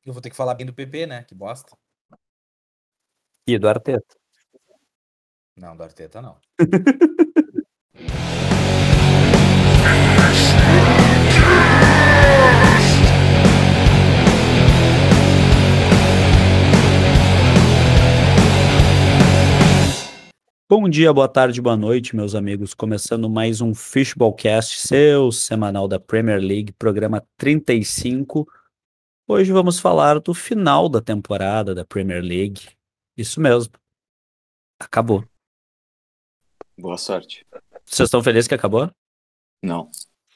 Eu vou ter que falar bem do PP, né? Que bosta. E do Arteta. Não, do Arteta não. Bom dia, boa tarde, boa noite, meus amigos. Começando mais um Fishballcast, seu semanal da Premier League, programa 35. Hoje vamos falar do final da temporada da Premier League. Isso mesmo. Acabou. Boa sorte. Vocês estão felizes que acabou? Não.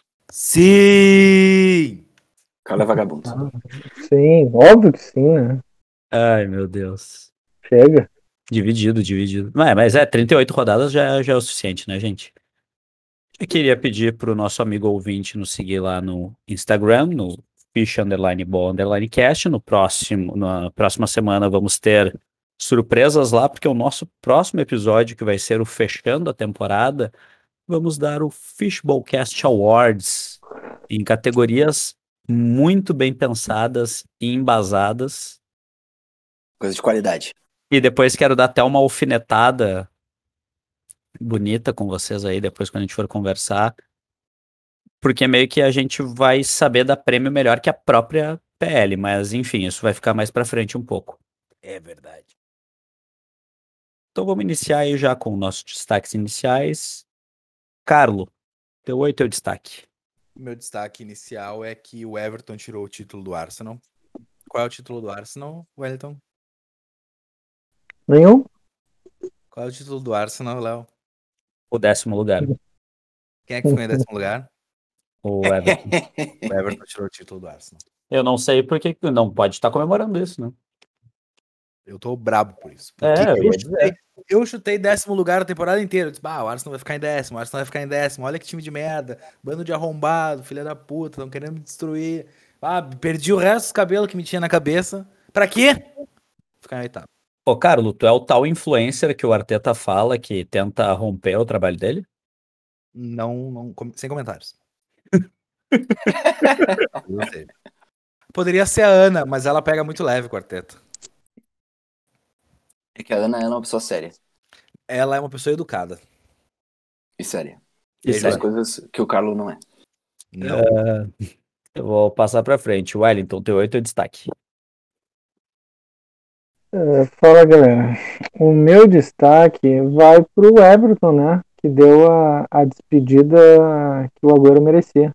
Sim! O cara é vagabundo. Sim, óbvio que sim, né? Ai, meu Deus. Chega. Dividido. Mas 38 rodadas já é o suficiente, né, gente? Eu queria pedir pro nosso amigo ouvinte nos seguir lá no Instagram, no fish_ball_cast. Na próxima semana vamos ter surpresas lá, porque o nosso próximo episódio, que vai ser o fechando a temporada, vamos dar o Fishballcast Awards em categorias muito bem pensadas e embasadas. Coisa de qualidade. E depois quero dar até uma alfinetada bonita com vocês aí, depois quando a gente for conversar. Porque meio que a gente vai saber da prêmio melhor que a própria PL, mas enfim, isso vai ficar mais pra frente um pouco. É verdade. Então vamos iniciar aí já com nossos destaques iniciais. Carlo, teu oi, teu destaque. Meu destaque inicial é que o Everton tirou o título do Arsenal. Qual é o título do Arsenal, Wellington? Nenhum? Qual é o título do Arsenal, Léo? O 10º lugar, Quem é que ficou em 10º lugar? o Everton. O Everton tirou o título do Arsenal. Eu não sei por que não pode estar comemorando isso, né? Eu tô brabo por isso. Eu Eu chutei 10º lugar a temporada inteira. Eu disse, o Arsenal vai ficar em 10º, o Arsenal vai ficar em 10º. Olha que time de merda. Bando de arrombado, filha da puta, estão querendo me destruir. Perdi o resto dos cabelos que me tinha na cabeça. Pra quê? Ficar em oitavo. Ô, Carlo, tu é o tal influencer que o Arteta fala que tenta romper o trabalho dele? Sem comentários. Poderia ser a Ana, mas ela pega muito leve o quarteto. É que a Ana é uma pessoa séria. Ela é uma pessoa educada. E séria. E Isso é as sério. coisas que o Carlos não é. Não. Eu vou passar pra frente. Wellington, teu oi, teu destaque. Fala, galera. O meu destaque vai pro Everton, né? Que deu a despedida que o Agüero merecia.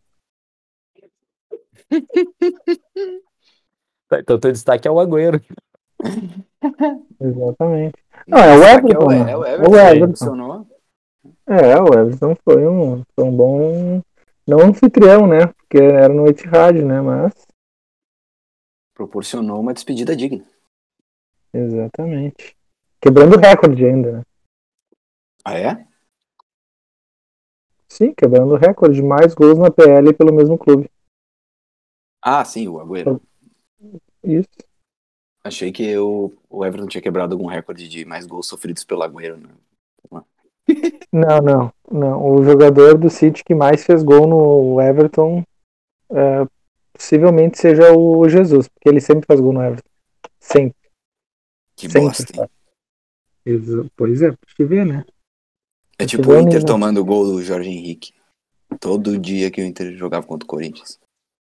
Então teu destaque é o Agüero. Exatamente. Não, é o Destaque Everton, né? É o É Everton. o Everton. Funcionou. O Everton foi um bom... Não anfitrião, né? Porque era no Etihad, né? Mas... Proporcionou uma despedida digna. Exatamente. Quebrando o recorde ainda, né? Ah, é? Sim, quebrando o recorde de mais gols na PL pelo mesmo clube. Ah, sim, o Agüero. Isso. Achei que o Everton tinha quebrado algum recorde de mais gols sofridos pelo Agüero, né? Não. O jogador do City que mais fez gol no Everton possivelmente seja o Jesus, porque ele sempre faz gol no Everton. Sempre. Que Sempre bosta, hein? Pois é, pra te ver, né? É tipo o Inter tomando o gol do Jorge Henrique. Todo dia que o Inter jogava contra o Corinthians.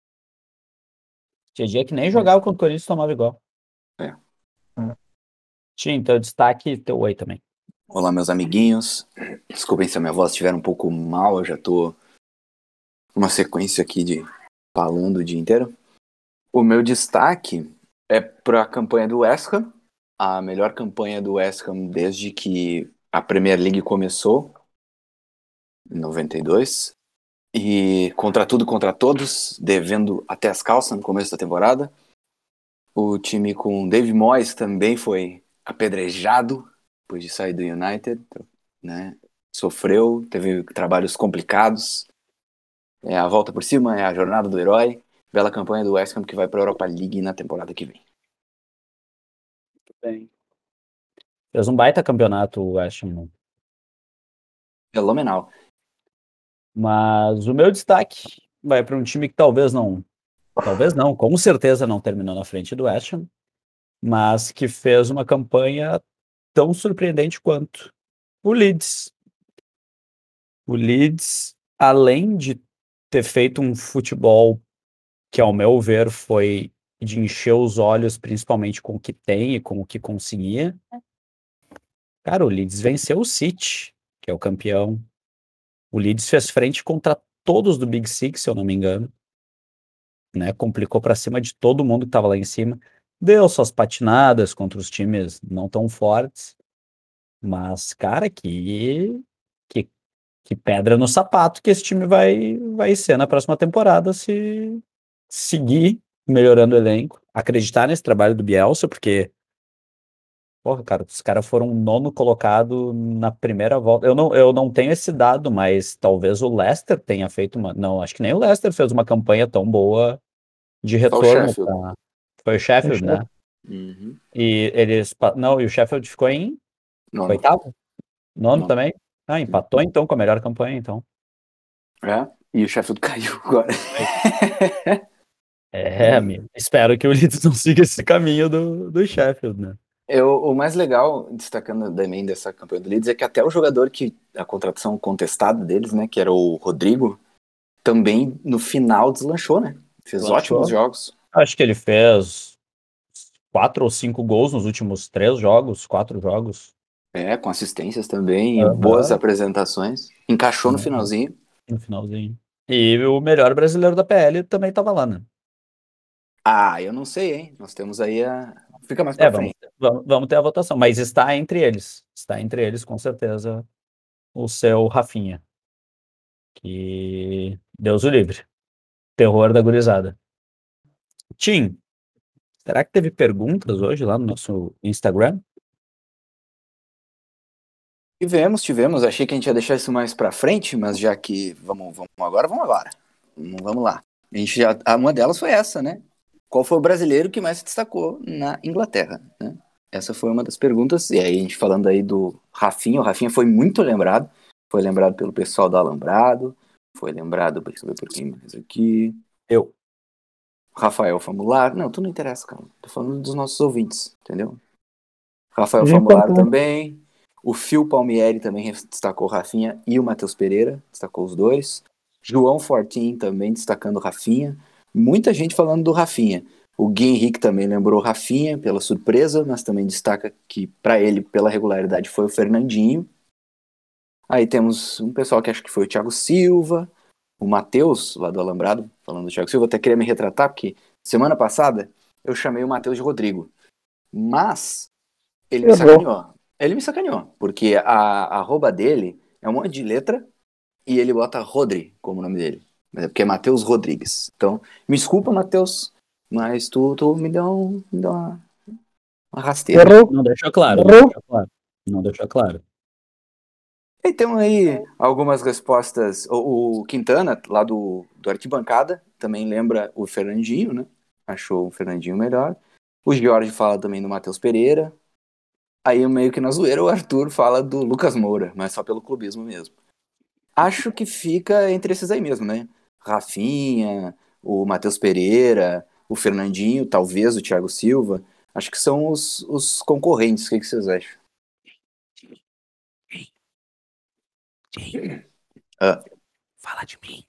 Tinha dia que nem jogava contra o Corinthians e tomava igual. É. Tim, teu destaque, teu oi também. Olá, meus amiguinhos. Desculpem se a minha voz estiver um pouco mal, eu já tô numa sequência aqui de falando o dia inteiro. O meu destaque é para a campanha do West Ham, a melhor campanha do West Ham desde que a Premier League começou, em 92, e contra tudo, contra todos, devendo até as calças no começo da temporada. O time com David Moyes também foi apedrejado depois de sair do United, né? Sofreu, teve trabalhos complicados. É a volta por cima, é a jornada do herói. Bela campanha do West Ham que vai para a Europa League na temporada que vem. Muito bem. Fez um baita campeonato o West Ham. Fenomenal. Mas o meu destaque vai para um time que talvez não talvez não, com certeza não terminou na frente do West Ham, mas que fez uma campanha tão surpreendente quanto o Leeds. O Leeds, além de ter feito um futebol que, ao meu ver, foi de encher os olhos, principalmente com o que tem e com o que conseguia. Cara, o Leeds venceu o City, que é o campeão. O Leeds fez frente contra todos do Big Six, se eu não me engano. Né? Complicou pra cima de todo mundo que tava lá em cima. Deu suas patinadas contra os times não tão fortes. Mas, cara, que, que pedra no sapato que esse time vai ser na próxima temporada se seguir melhorando o elenco, acreditar nesse trabalho do Bielsa, porque, porra, cara, os caras foram um nono colocado na primeira volta. Eu não tenho esse dado, mas talvez o Leicester tenha feito uma. Não, acho que nem o Leicester fez uma campanha tão boa de Só o retorno. Sheffield. Foi o Sheffield, né? Uhum. E eles. Não, e o Sheffield ficou em Não, oitavo? Nono não. também? Ah, empatou então com a melhor campanha, então. É? E o Sheffield caiu agora. Amigo. Espero que o Leeds não siga esse caminho do Sheffield, né? O mais legal, destacando também dessa campanha do Leeds, é que até o jogador que, a contratação contestada deles, né, que era o Rodrigo, também no final deslanchou, né? Fez Deslanchou. ótimos jogos. Acho que ele fez 4 ou 5 gols nos últimos 3 jogos, 4 jogos. É, com assistências também, e Aham. boas apresentações. Encaixou no Uhum. finalzinho. No finalzinho. E o melhor brasileiro da PL também tava lá, né? Ah, eu não sei, hein? Nós temos aí a. Fica mais pra Vamos, frente. vamos ter a votação, mas está entre eles. Está entre eles, com certeza, o seu Rafinha. Que Deus o livre. Terror da gurizada. Tim, será que teve perguntas hoje lá no nosso Instagram? Tivemos. Achei que a gente ia deixar isso mais pra frente, mas já que vamos agora, vamos agora. Vamos lá. A gente já, uma delas foi essa, né? Qual foi o brasileiro que mais se destacou na Inglaterra, né? Essa foi uma das perguntas. E aí a gente falando aí do Rafinha, o Rafinha foi muito lembrado. Foi lembrado pelo pessoal do Alambrado. Foi lembrado, deixa eu ver por quem mais aqui. Eu. Rafael Famular. Não, tu não interessa, cara. Tô falando dos nossos ouvintes, entendeu? Rafael De Famular quanto- também. O Phil Palmieri também destacou o Rafinha e o Matheus Pereira, destacou os dois. João Fortin também destacando o Rafinha. Muita gente falando do Rafinha. O Gui Henrique também lembrou o Rafinha pela surpresa, mas também destaca que para ele, pela regularidade, foi o Fernandinho. Aí temos um pessoal que acha que foi o Thiago Silva, o Matheus, lá do Alambrado, falando do Thiago Silva. Até queria me retratar, porque semana passada eu chamei o Matheus de Rodrigo. Mas ele me Errou. sacaneou. Ele me sacaneou, porque a arroba dele é um monte de letra e ele bota Rodri como nome dele. Mas é porque é Matheus Rodrigues. Então, me desculpa, Matheus, mas tu me deu uma rasteira. Errou. Não deixou claro, não Errou. deixou claro. Não deixou claro. E temos aí algumas respostas. O Quintana, lá do Arquibancada, também lembra o Fernandinho, né? Achou o Fernandinho melhor. O Jorge fala também do Matheus Pereira. Aí, meio que na zoeira, o Arthur fala do Lucas Moura, mas só pelo clubismo mesmo. Acho que fica entre esses aí mesmo, né? Rafinha, o Matheus Pereira, o Fernandinho, talvez o Thiago Silva. Acho que são os concorrentes. O que vocês acham? Ah, Fala de mim.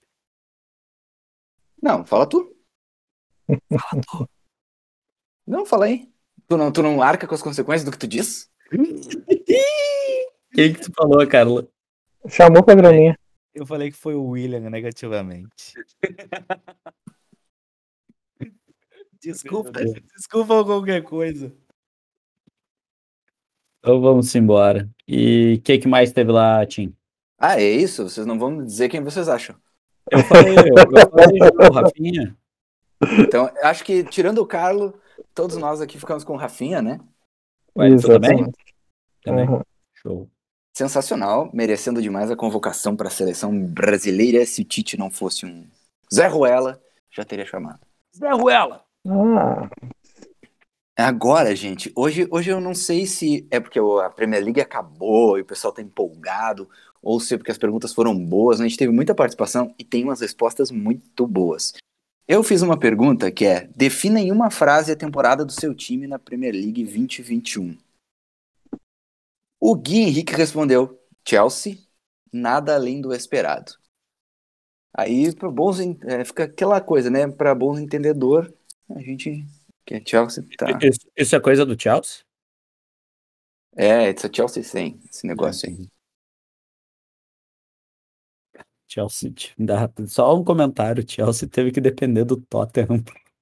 não, fala tu. Fala tu. Não, fala aí. Tu não arca com as consequências do que tu diz? Quem que tu falou, Carla? Chamou pra graninha. Eu falei que foi o William negativamente. Desculpa qualquer coisa. Então vamos embora. E o que mais teve lá, Tim? Ah, é isso? Vocês não vão me dizer quem vocês acham. Eu falei já, o Rafinha. Então, acho que, tirando o Carlo, todos nós aqui ficamos com o Rafinha, né? Ué, tu também? Exatamente. Também. Aham. Show. Sensacional, merecendo demais a convocação para a seleção brasileira. Se o Tite não fosse um Zé Ruela, já teria chamado. Zé Ruela. Ah, Agora, gente, hoje eu não sei se é porque a Premier League acabou e o pessoal tá empolgado, ou se é porque as perguntas foram boas. A gente teve muita participação e tem umas respostas muito boas. Eu fiz uma pergunta que é: defina em uma frase a temporada do seu time na Premier League 2021. O Gui Henrique respondeu: Chelsea, nada além do esperado. Aí, para bons, fica aquela coisa, né? Para bons entendedor, a gente que é Chelsea tá. Isso é coisa do Chelsea? It's a Chelsea thing, esse negócio aí. Chelsea, só um comentário, Chelsea teve que depender do Tottenham.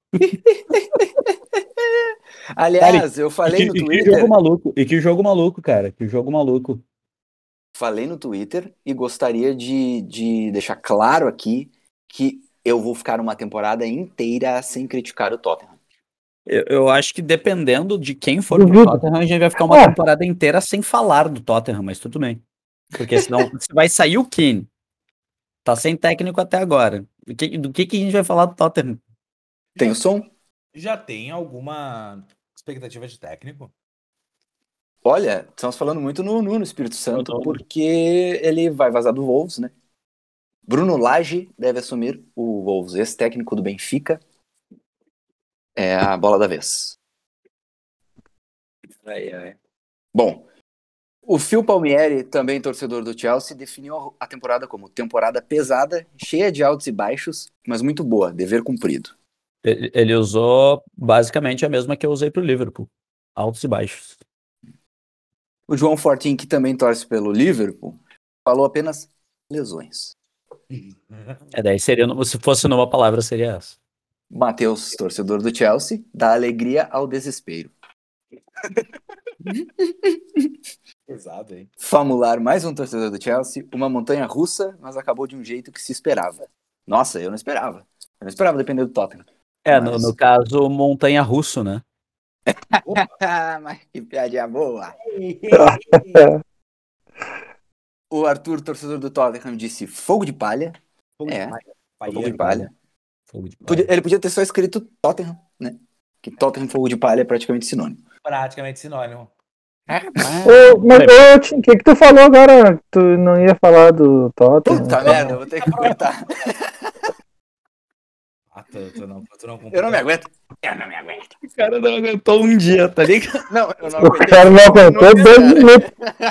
Aliás, eu falei no Que Twitter. jogo maluco, que jogo maluco, cara, que jogo maluco. Falei no Twitter e gostaria de deixar claro aqui que eu vou ficar uma temporada inteira sem criticar o Tottenham. Eu acho que dependendo de quem for pro Duvido. Tottenham, a gente vai ficar uma temporada inteira sem falar do Tottenham, mas tudo bem. Porque senão vai sair o Keane. Tá sem técnico até agora. Do que a gente vai falar do Tottenham? Tem o som? Já tem alguma expectativa de técnico? Olha, estamos falando muito no Espírito Santo, Nuno. porque ele vai vazar do Wolves, né? Bruno Lage deve assumir o Wolves, ex-técnico do Benfica. É a bola da vez. Bom, o Phil Palmieri, também torcedor do Chelsea, definiu a temporada como temporada pesada, cheia de altos e baixos, mas muito boa, dever cumprido. Ele usou basicamente a mesma que eu usei pro Liverpool. Altos e baixos. O João Fortin, que também torce pelo Liverpool, falou apenas lesões. Daí seria, se fosse numa palavra, seria essa. Matheus, torcedor do Chelsea, dá alegria ao desespero. Pesado, hein? Famular, mais um torcedor do Chelsea, uma montanha russa, mas acabou de um jeito que se esperava. Nossa, eu não esperava. Eu não esperava depender do Tottenham. Mas- No caso, montanha russo, né? Mas que piadinha boa. O Arthur, torcedor do Tottenham, disse fogo de palha. Fogo de É, palha. Fogo de palha. Fogo de palha. Ele podia ter só escrito Tottenham, né? Que Tottenham fogo de palha é praticamente sinônimo. Praticamente sinônimo. Mas, Tim, o que tu falou agora? Tu não ia falar do Tottenham? Puta merda, eu vou ter que cortar. Tu não Eu não me aguento. Eu não me aguento. O cara não aguentou um dia, tá ligado? Não, eu não O aguentei. cara não aguentou 2 minutos.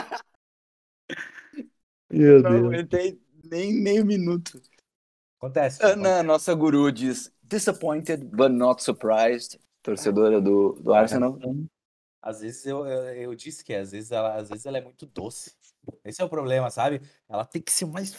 Eu não aguentei nem meio minuto. Acontece. Ana, nossa guru, diz disappointed but not surprised. Torcedora do Arsenal. Às vezes eu disse que às vezes ela é muito doce. Esse é o problema, sabe? Ela tem que ser mais.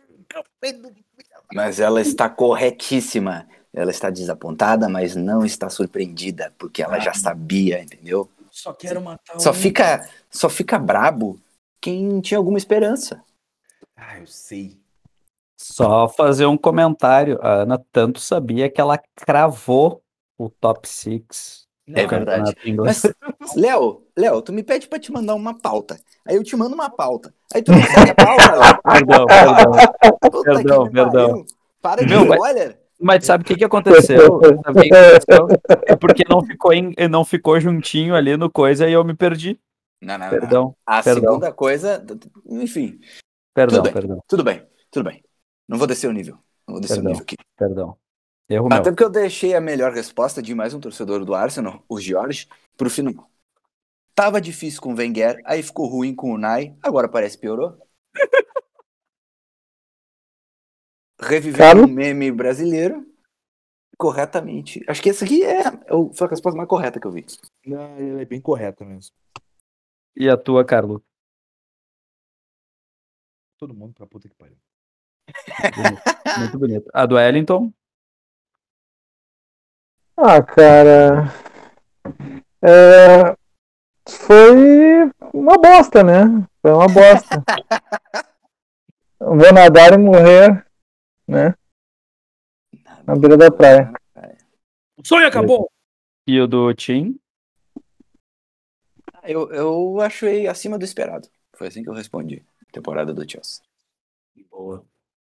Mas ela está corretíssima. Ela está desapontada, mas não está surpreendida, porque ela já sabia, entendeu? Só quero matar Só fica brabo quem tinha alguma esperança. Eu sei. Só fazer um comentário. A Ana tanto sabia que ela cravou o top 6. É verdade. Mas, Léo, tu me pede pra te mandar uma pauta. Aí eu te mando uma pauta. Aí tu não segue a pauta, Léo. Perdão. Para de Meu, spoiler. Mas sabe o que aconteceu? Sabe o que aconteceu? É porque não ficou juntinho ali no coisa e eu me perdi. Não. Perdão. Segunda coisa, enfim. Perdão. Tudo bem. Não vou descer o nível. Não vou descer o nível aqui. Perdão. Erro Até meu. porque eu deixei a melhor resposta de mais um torcedor do Arsenal, o George, pro final. Tava difícil com o Wenger, aí ficou ruim com o Unai, agora parece que piorou. Revivendo um meme brasileiro corretamente. Acho que essa aqui foi a resposta mais correta que eu vi. Ela é bem correta mesmo. E a tua, Carlos? Todo mundo pra puta que pariu. Muito bonito. A do Wellington? Cara. Foi uma bosta, né? Foi uma bosta. Vou nadar e morrer, né? Na beira da praia. O sonho acabou! E o do Tim? Eu achei acima do esperado. Foi assim que eu respondi. Temporada do Chelsea. Boa.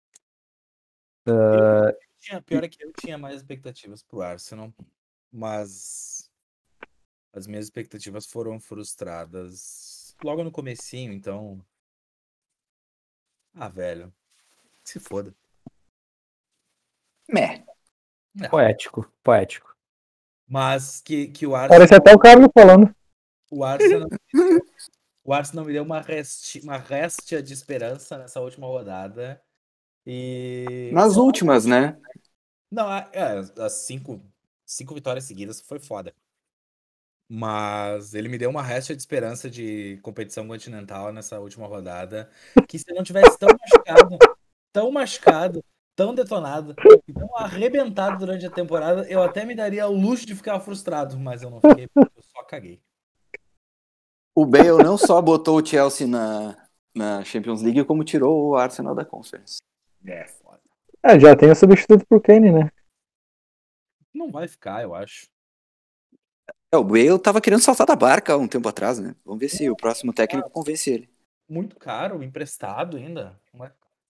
Pior é que eu tinha mais expectativas pro Arsenal, mas as minhas expectativas foram frustradas logo no comecinho, então... velho. Se foda. Meh. Poético, poético. Mas que Parece até o Carlos falando. o Arsenal, o Arsenal me deu uma réstia de esperança nessa última rodada. E Nas últimas, né? não, as cinco vitórias seguidas foi foda. Mas ele me deu uma réstia de esperança de competição continental nessa última rodada. Que se eu não tivesse tão machucado, tão detonado e tão arrebentado durante a temporada, eu até me daria o luxo de ficar frustrado, mas eu não fiquei, porque eu só caguei. O Bale não só botou o Chelsea na Champions League, como tirou o Arsenal da Conference. É foda. Já tem o substituto pro Kane, né? Não vai ficar, eu acho. O Bale tava querendo saltar da barca há um tempo atrás, né? Vamos ver se o próximo técnico convence ele. Muito caro, emprestado ainda. Não é?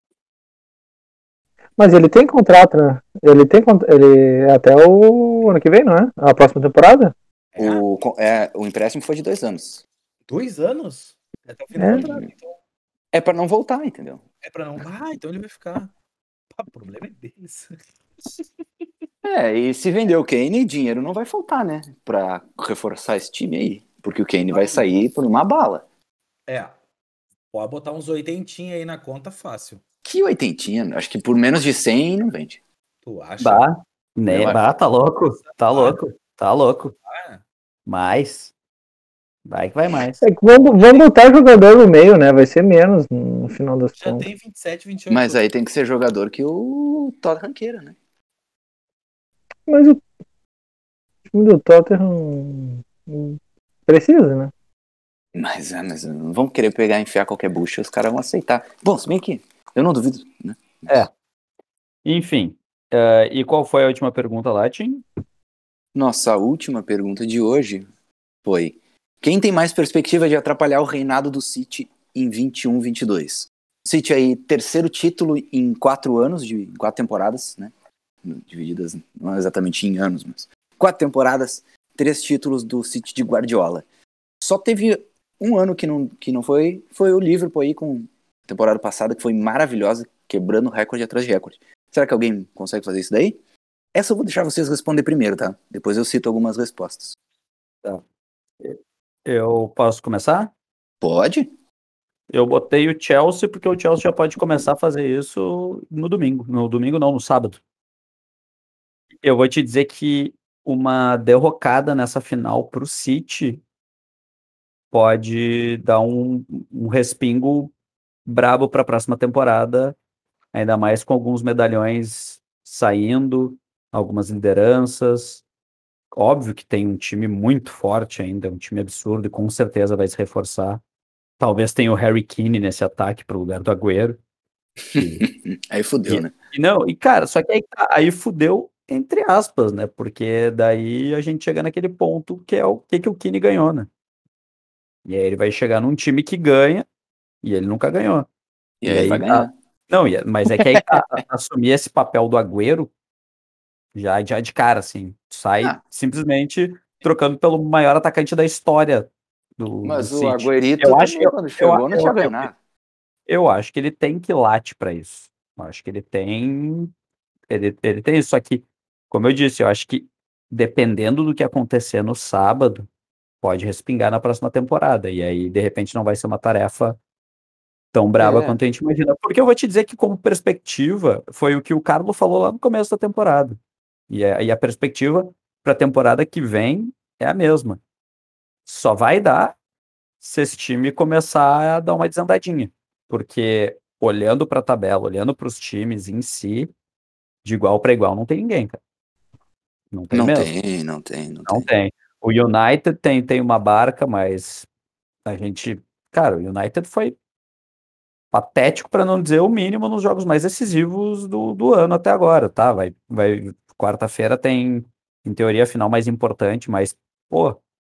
Mas ele tem contrato, né? Ele é até o ano que vem, não é? A próxima temporada? O empréstimo foi de 2 anos. 2 anos? Até o fim do É. contrato, então. É pra não voltar, entendeu? É pra não. Então ele vai ficar. O problema é deles. E se vender o Kane, dinheiro não vai faltar, né? Pra reforçar esse time aí. Porque o Kane vai sair por uma bala. Pode botar uns 80 aí na conta fácil. Que oitentinha? Acho que por menos de 100 não vende. Tu acha? Bah, né? Eu Bah, tá louco, tá louco, tá louco. Ah, Mais. Vai que vai mais. É que vamos botar jogador no meio, né? Vai ser menos no final das já contas. tem 27, 28. Mas aí tem que ser jogador que o Tottenham queira, né? Mas o time do Tottenham precisa, né? Mas não vão querer pegar e enfiar qualquer bucha, os caras vão aceitar. Bom, se bem que eu não duvido, né? Enfim. E qual foi a última pergunta lá, Tim? Nossa última pergunta de hoje foi: quem tem mais perspectiva de atrapalhar o reinado do City em 21-22? City aí, terceiro título em 4 anos, em 4 temporadas, né? Divididas não exatamente em anos, mas 4 temporadas, 3 títulos do City de Guardiola. Só teve um ano que não foi o Liverpool aí com a temporada passada, que foi maravilhosa, quebrando recorde atrás de recorde. Será que alguém consegue fazer isso daí? Essa eu vou deixar vocês responder primeiro, tá? Depois eu cito algumas respostas. Eu posso começar? Pode? Eu botei o Chelsea porque o Chelsea já pode começar a fazer isso no domingo. No domingo não, no sábado. Eu vou te dizer que uma derrocada nessa final pro City pode dar um respingo brabo para a próxima temporada, ainda mais com alguns medalhões saindo, algumas lideranças. Óbvio que tem um time muito forte ainda, um time absurdo e com certeza vai se reforçar. Talvez tenha o Harry Kane nesse ataque para o lugar do Agüero. Aí fudeu, né? Cara, só que aí fudeu entre aspas, né? Porque daí a gente chega naquele ponto que é o que o Kane ganhou, né? E aí ele vai chegar num time que ganha e ele nunca ganhou. E aí ele vai ganhar. Não, mas é que aí assumir esse papel do Agüero já de cara, assim, sai simplesmente trocando pelo maior atacante da história do Mas o City. Agüerito também, quando chegou, não tinha ganho nada. Eu acho que ele tem quilate para isso. Eu acho que ele tem isso. Só que, como eu disse, eu acho que dependendo do que acontecer no sábado, pode respingar na próxima temporada. E aí, de repente, não vai ser uma tarefa tão braba quanto a gente imagina. Porque eu vou te dizer que, como perspectiva, foi o que o Carlos falou lá no começo da temporada. E a perspectiva para a temporada que vem é a mesma. Só vai dar se esse time começar a dar uma desandadinha. Porque, olhando para a tabela, olhando para os times em si, de igual para igual, não tem ninguém, cara. Não tem mesmo. Não tem. O United tem uma barca, mas a gente... Cara, o United foi patético, para não dizer o mínimo, nos jogos mais decisivos do ano até agora, tá? Quarta-feira tem, em teoria, a final mais importante, mas, pô,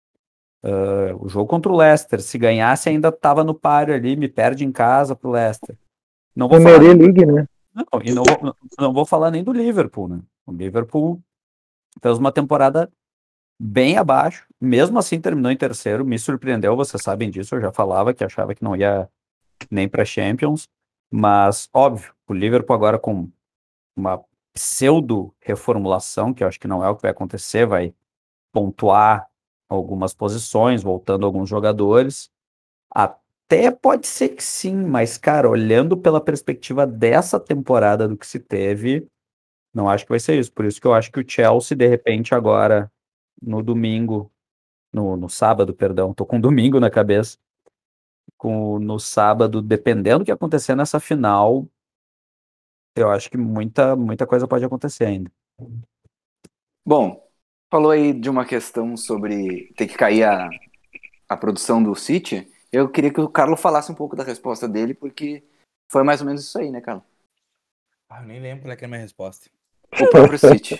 o jogo contra o Leicester, se ganhasse ainda tava no páreo ali, me perde em casa pro Leicester. Não vou falar League, né? Não, e não vou falar nem do Liverpool, né? O Liverpool fez uma temporada bem abaixo, mesmo assim terminou em terceiro, me surpreendeu, vocês sabem disso, eu já falava que achava que não ia nem para Champions, mas óbvio, o Liverpool agora com uma pseudo-reformulação, que eu acho que não é o que vai acontecer, vai pontuar algumas posições, voltando alguns jogadores. Até pode ser que sim, mas, cara, olhando pela perspectiva dessa temporada do que se teve, não acho que vai ser isso. Por isso que eu acho que o Chelsea, de repente, agora, no domingo, no sábado, perdão, tô com domingo na cabeça, no sábado, dependendo do que acontecer nessa final, eu acho que muita coisa pode acontecer ainda. Bom, falou aí de uma questão sobre ter que cair a produção do City. Eu queria que o Carlos falasse um pouco da resposta dele, porque foi mais ou menos isso aí, né, Carlos? Eu nem lembro qual é que é a minha resposta. O próprio City.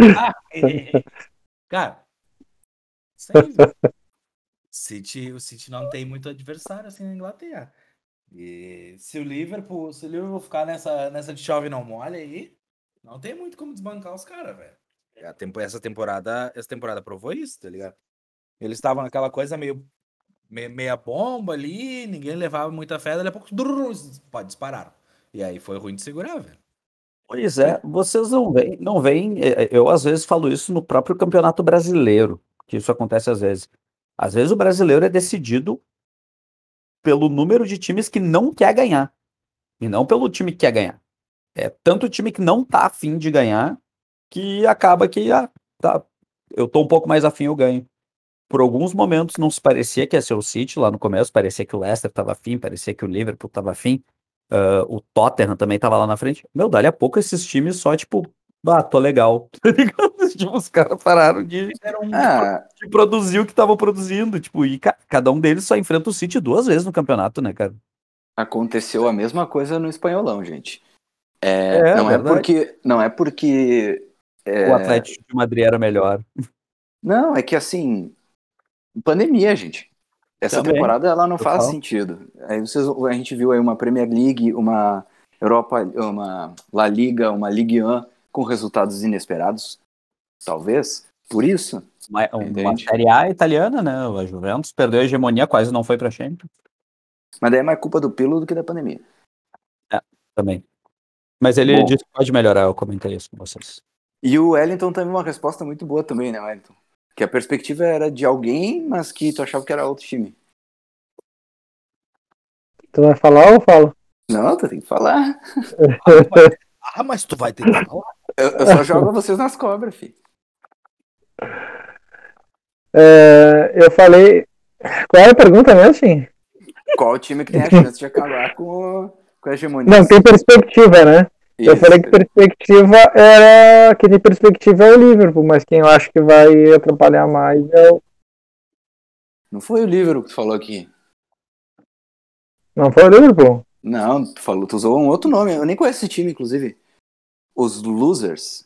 Cara, isso aí, velho. O City não tem muito adversário assim na Inglaterra. E se o Liverpool ficar nessa de chove não molha aí, não tem muito como desbancar os caras, velho. Essa temporada provou isso, tá ligado? Eles estavam naquela coisa meia bomba ali, ninguém levava muita fé, daqui a pouco dispararam. E aí foi ruim de segurar, velho. Pois é, vocês não veem, eu às vezes falo isso no próprio Campeonato Brasileiro, que isso acontece às vezes. Às vezes o brasileiro é decidido pelo número de times que não quer ganhar, e não pelo time que quer ganhar. É tanto o time que não tá afim de ganhar, que acaba que, tá, eu tô um pouco mais afim, eu ganho. Por alguns momentos não se parecia que ia ser o City lá no começo, parecia que o Leicester tava afim, parecia que o Liverpool tava afim, o Tottenham também tava lá na frente. Meu, dali a pouco esses times só, tipo, tô legal. Tá ligado? Tipo, os caras pararam de produzir o que estavam produzindo, tipo, e cada um deles só enfrenta o City 2 vezes no campeonato, né, cara? Aconteceu a mesma coisa no Espanholão, gente. Verdade. Não é porque O Atlético de Madrid era melhor. Não, é que assim, pandemia, gente. Essa Também, temporada ela não faz total. sentido. Aí a gente viu aí uma Premier League, uma Europa, uma La Liga, uma Ligue 1 com resultados inesperados, talvez. Por isso, Uma entende? Série A italiana, né? A Juventus perdeu a hegemonia, quase não foi pra Champions. Mas daí é mais culpa do Pirlo do que da pandemia. Também. Mas ele Bom, disse que pode melhorar, eu comentei isso com vocês. e o Wellington teve uma resposta muito boa também, né, Wellington? Que a perspectiva era de alguém, mas que tu achava que era outro time. Tu vai falar ou eu falo? Não, tu tem que falar. Mas tu vai ter que falar. Eu só jogo vocês nas cobras, filho. Eu falei. Qual era a pergunta mesmo, Tim? Qual o time que tem a chance de acabar com a hegemonia? Não, tem perspectiva, né? Isso. Eu falei que perspectiva era. Que tem perspectiva é o Liverpool, mas quem eu acho que vai atrapalhar mais é o. Não foi o Liverpool que tu falou aqui. Não foi o Liverpool? Não, tu usou um outro nome. Eu nem conheço esse time, inclusive. Os Losers.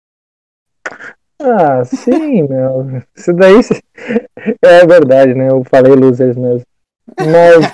Ah, sim, meu. Isso daí é verdade, né? Eu falei losers mesmo. Mas,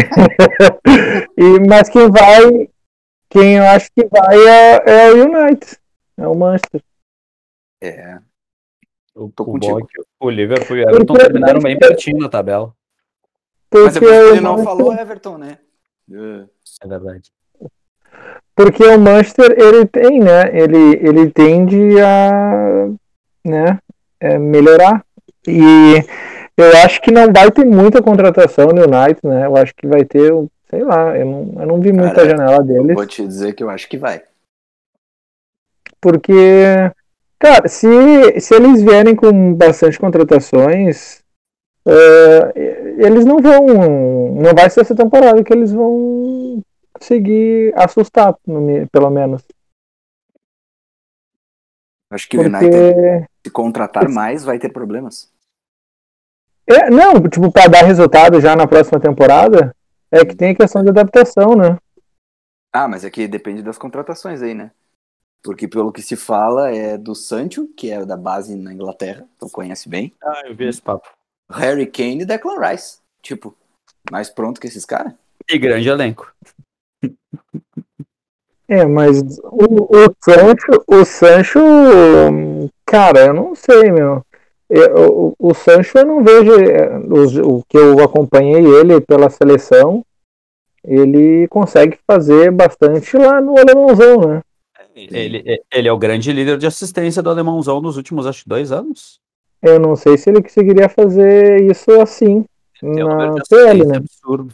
mas quem eu acho que vai é o United. É o Manchester. É. Tô contigo. O Liverpool e o Everton terminaram bem pertinho na tabela. Mas é porque ele não falou Everton, né? É verdade. Porque o Manchester, ele tem, né? Ele tende a, né, melhorar. E eu acho que não vai ter muita contratação no United, né? Eu acho que vai ter, sei lá, eu não vi muita janela deles. Vou te dizer que eu acho que vai. Porque, cara, se eles vierem com bastante contratações, eles não vai ser essa temporada que eles vão conseguir assustar, pelo menos. Acho que o United, se contratar mais, vai ter problemas. Não, tipo, para dar resultado já na próxima temporada, é que tem a questão de adaptação, né? Ah, mas é que depende das contratações aí, né? Porque pelo que se fala é do Sancho, que é da base na Inglaterra, então conhece bem. Ah, eu vi esse papo. Harry Kane e Declan Rice. Tipo, mais pronto que esses caras. E grande elenco. Mas o Sancho, cara, eu não sei, meu. O Sancho eu não vejo, o que eu acompanhei ele pela seleção, ele consegue fazer bastante lá no alemãozão, né? Ele é o grande líder de assistência do alemãozão nos últimos, acho que 2 anos. Eu não sei se ele conseguiria fazer isso assim Tem um número de na PL, assistência né? absurdo.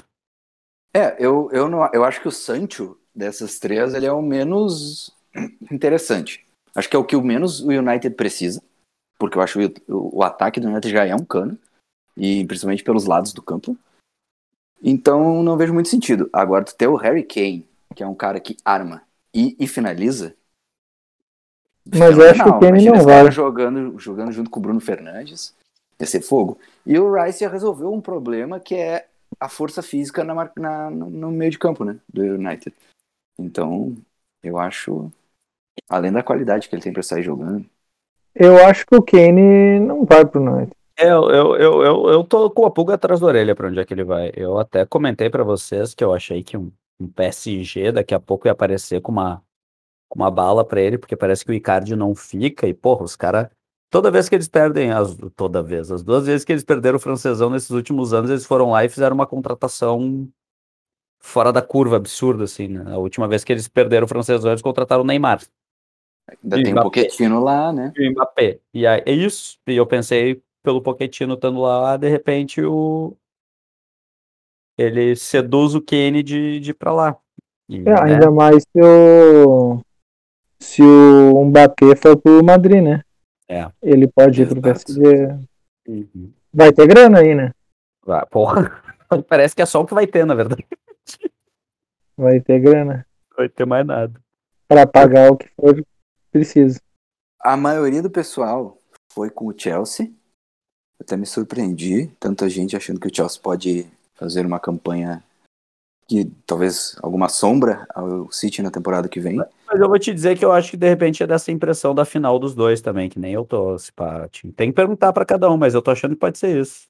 Eu acho que o Sancho, dessas três, ele é o menos interessante. Acho que é o que o menos o United precisa, porque eu acho que o ataque do United já é um cano, e principalmente pelos lados do campo. Então não vejo muito sentido. Agora, tu ter o Harry Kane, que é um cara que arma e finaliza. Mas eu acho que o Kane Imagina não esse cara vai. jogando junto com o Bruno Fernandes. Ia ser fogo. E o Rice já resolveu um problema que é a força física no meio de campo, né? Do United. Então, eu acho, além da qualidade que ele tem pra sair jogando. Eu acho que o Kane não vai pro United. Eu tô com a pulga atrás da orelha pra onde é que ele vai. Eu até comentei pra vocês que eu achei que um PSG daqui a pouco ia aparecer com uma bala pra ele, porque parece que o Icardi não fica, e porra, os caras, toda vez que eles perdem, as 2 vezes que eles perderam o francesão nesses últimos anos, eles foram lá e fizeram uma contratação fora da curva, absurda, assim, né? A última vez que eles perderam o francesão, eles contrataram o Neymar. Ainda E tem um Mbappé. Pochettino lá, né? E o Mbappé. E aí, é isso, e eu pensei, pelo Pochettino estando lá, de repente ele seduz o Kane de ir pra lá. E, né? Ainda mais se o Mbappé for pro Madrid, né? É. Ele pode ir pro Exato. PSG. Uhum. Vai ter grana aí, né? Ah, porra, parece que é só o que vai ter, na verdade. Vai ter grana Não vai ter mais nada. pra pagar o que for preciso. A maioria do pessoal foi com o Chelsea. Eu até me surpreendi. Tanta gente achando que o Chelsea pode fazer uma campanha que talvez alguma sombra ao City na temporada que vem. Mas eu vou te dizer que eu acho que de repente é dessa impressão da final dos dois também, que nem eu tô, se pá, tem que perguntar pra cada um, mas eu tô achando que pode ser isso.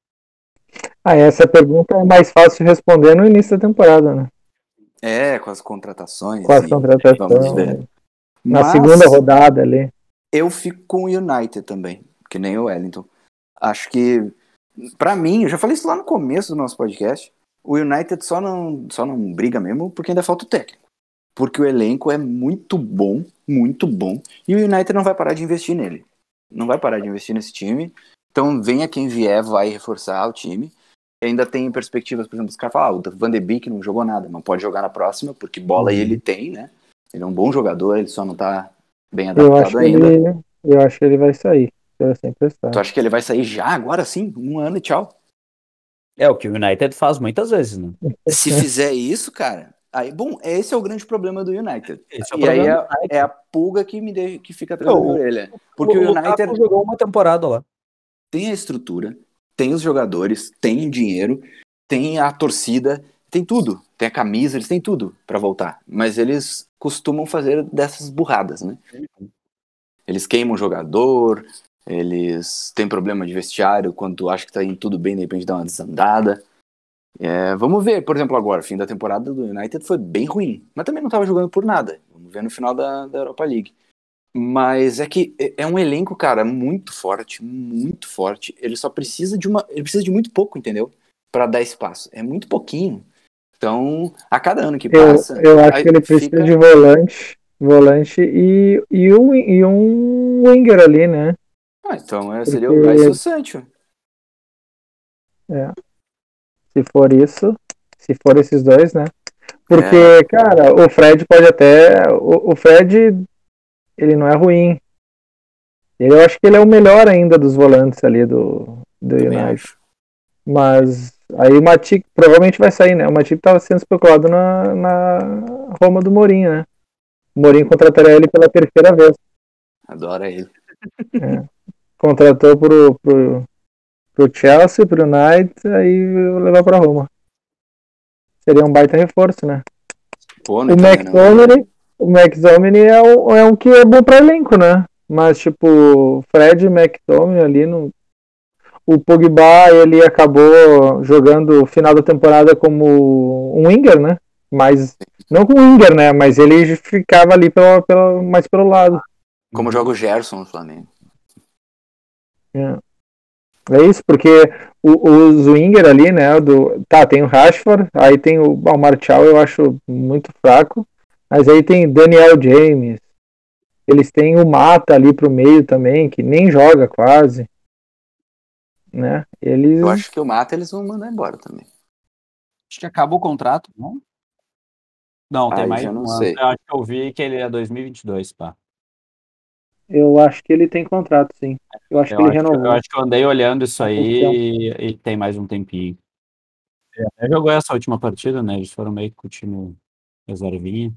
Essa pergunta é mais fácil de responder no início da temporada, né? Com as contratações. Com as Vamos contratações. ver. Na Mas segunda rodada ali. eu fico com o United também, que nem o Wellington. Acho que, pra mim, eu já falei isso lá no começo do nosso podcast, o United só não briga mesmo porque ainda falta o técnico. Porque o elenco é muito bom, e o United não vai parar de investir nele. Não vai parar de investir nesse time. Então, venha quem vier, vai reforçar o time. E ainda tem perspectivas, por exemplo, os caras falam, o Van de Beek não jogou nada, mas pode jogar na próxima, porque bola ele tem, né? Ele é um bom jogador, ele só não tá bem adaptado ainda. Eu acho que ele vai sair. Eu sempre estar. Tu acha que ele vai sair já, agora sim? 1 ano e tchau. É o que o United faz muitas vezes, né? Se fizer isso, cara, aí, bom, esse é o grande problema do United. Esse é o E aí problema do é a pulga que fica atrás da minha orelha. Porque o Lukaku United jogou uma temporada lá. tem a estrutura, tem os jogadores, tem o dinheiro, tem a torcida, tem tudo. Tem a camisa, eles têm tudo pra voltar. Mas eles costumam fazer dessas burradas, né? Eles queimam o jogador, eles têm problema de vestiário, quando tu acha que tá indo tudo bem, de repente dá uma desandada. Vamos ver, por exemplo, agora, fim da temporada do United foi bem ruim, mas também não estava jogando por nada. Vamos ver no final da Europa League. Mas é que é um elenco, cara, muito forte, muito forte. Ele só precisa ele precisa de muito pouco, entendeu? Para dar espaço. É muito pouquinho. Então, a cada ano que passa, eu acho que ele precisa de volante e um winger ali, né? Então seria o Rice e o Sancho. Se for esses dois, né? Porque, cara, o Fred pode até. O Fred, ele não é ruim. Eu acho que ele é o melhor ainda dos volantes ali do United. Acho. Mas aí o Matip provavelmente vai sair, né? O Matip estava sendo especulado na Roma do Mourinho, né? O Mourinho contrataria ele pela terceira vez. Adora ele. Contratou pro Chelsea, pro United, aí levar pra Roma. Seria um baita reforço, né? Pô, o McTominay é um que é bom pra elenco, né? Mas, tipo, Fred e McTominay ali no... O Pogba, ele acabou jogando o final da temporada como um winger, né? Mas, não como winger, né? Mas ele ficava ali mais pelo lado. Como joga o Gerson no Flamengo. É isso, porque o winger ali, né? Tem o Rashford, aí tem o Martial, eu acho muito fraco. Mas aí tem Daniel James, Eles têm o Mata ali pro meio também, que nem joga quase. Né? Eu acho que o Mata eles vão mandar embora também. Acho que acaba o contrato, não? Não, tem Aí mais já não um ano. sei. Eu acho que eu vi que ele é 2022, pá. Eu acho que ele tem contrato, sim. Eu acho que ele Eu renovou. acho que eu andei olhando isso Há pouco aí e tem mais um tempinho. Ele jogou essa última partida, né? Eles foram meio que com o time reservinha.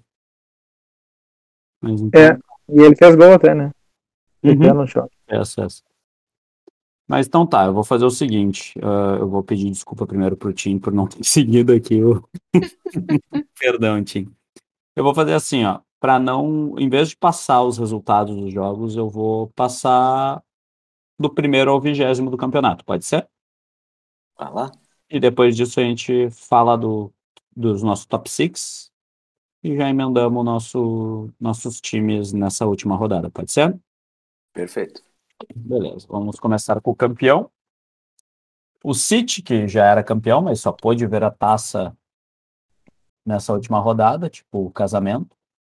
Mas então. E ele fez gol até, né? De Uhum. pênalti, ó. Essa. Mas então tá, eu vou fazer o seguinte. Eu vou pedir desculpa primeiro pro Tim por não ter seguido aqui o. Perdão, Tim. Eu vou fazer assim, ó. Pra não. Em vez de passar os resultados dos jogos, eu vou passar do primeiro ao 20º do campeonato, pode ser? Vai lá. E depois disso a gente fala dos nossos top 6 e já emendamos nossos times nessa última rodada, pode ser? Perfeito. Beleza, vamos começar com o campeão. O City, que já era campeão, mas só pôde ver a taça nessa última rodada, tipo o casamento.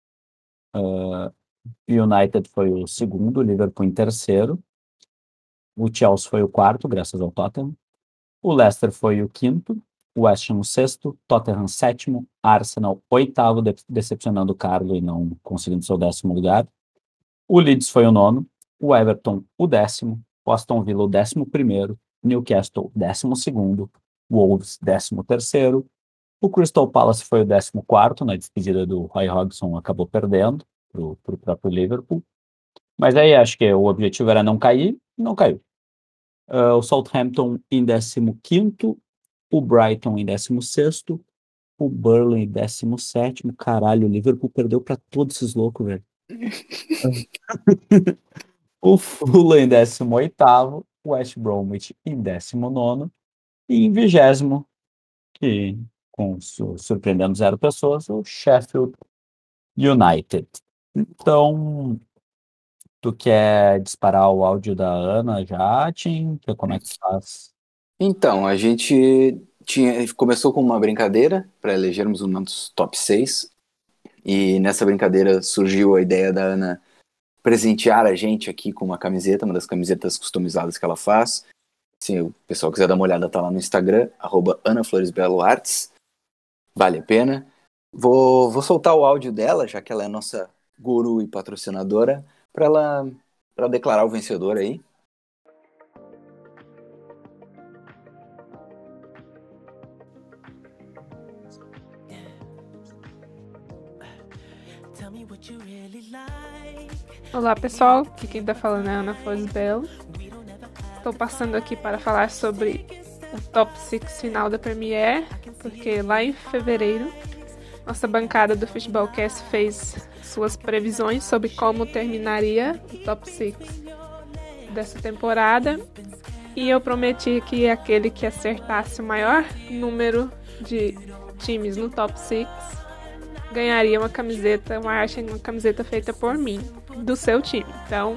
United foi o segundo, o Liverpool em terceiro. O Chelsea foi o quarto, graças ao Tottenham. O Leicester foi o quinto. O West Ham o sexto. Tottenham sétimo. Arsenal oitavo, decepcionando o Carlo e não conseguindo seu 10º lugar. O Leeds foi o nono. O Everton o 10º. O Aston Villa o 11º. Newcastle 12º. Wolves 13º. O Crystal Palace foi o 14º. Na despedida do Roy Hodgson acabou perdendo para o próprio Liverpool. Mas aí acho que o objetivo era não cair, não caiu. O Southampton em 15º, o Brighton em 16º, o Burnley em 17º. Caralho, o Liverpool perdeu para todos esses loucos, velho. O Fulham em 18º, o West Bromwich em 19º e em 20º, que surpreendendo 0 pessoas, o Sheffield United. Então, tu quer disparar o áudio da Ana já, Tim? Como é que faz? Então, a gente começou com uma brincadeira para elegermos o nosso top 6. E nessa brincadeira surgiu a ideia da Ana presentear a gente aqui com uma camiseta, uma das camisetas customizadas que ela faz. Se o pessoal quiser dar uma olhada, tá lá no Instagram, @AnaFloresBeloArts. Vale a pena. Vou soltar o áudio dela, já que ela é nossa guru e patrocinadora, para declarar o vencedor aí. Olá pessoal, aqui quem tá falando é Ana Flores Belo. Estou passando aqui para falar sobre o top 6 final da Premier, porque lá em fevereiro nossa bancada do Futbolcast fez suas previsões sobre como terminaria o top 6 dessa temporada, e eu prometi que aquele que acertasse o maior número de times no top 6 ganharia uma camiseta, uma camiseta feita por mim, do seu time. Então,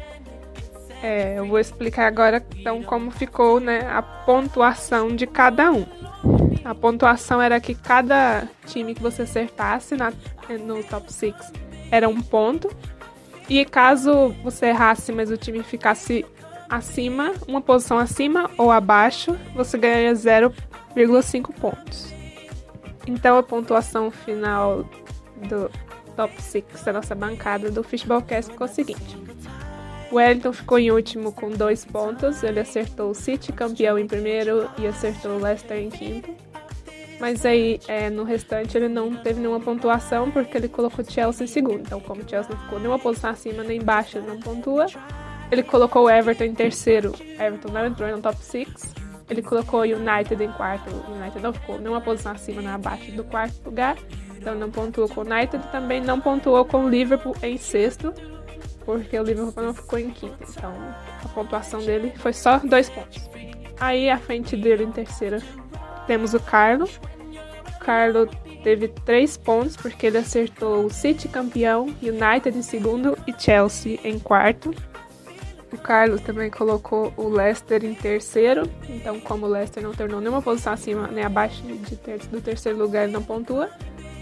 eu vou explicar agora então como ficou, né, a pontuação de cada um. A pontuação era que cada time que você acertasse no top 6 era 1 ponto. E caso você errasse, mas o time ficasse acima, uma posição acima ou abaixo, você ganharia 0,5 pontos. Então a pontuação final do top 6 da nossa bancada do Futbolcast ficou a seguinte. O Wellington ficou em último com 2 pontos. Ele acertou o City campeão em primeiro e acertou o Leicester em quinto. Mas aí, no restante, ele não teve nenhuma pontuação porque ele colocou o Chelsea em segundo. Então, como o Chelsea não ficou nenhuma posição acima nem embaixo, ele não pontua. Ele colocou o Everton em terceiro. O Everton não entrou no top 6. Ele colocou o United em quarto. O United não ficou nenhuma posição acima nem abaixo do quarto lugar. Então, não pontuou com o United. Também não pontuou com o Liverpool em sexto, porque o Liverpool não ficou em quinto. Então, a pontuação dele foi só 2 pontos. Aí, à frente dele, em terceira, temos o Carlo. O Carlo teve 3 pontos, porque ele acertou o City campeão, United em segundo e Chelsea em quarto. O Carlos também colocou o Leicester em terceiro. Então, como o Leicester não terminou nenhuma posição acima nem abaixo do terceiro lugar, ele não pontua.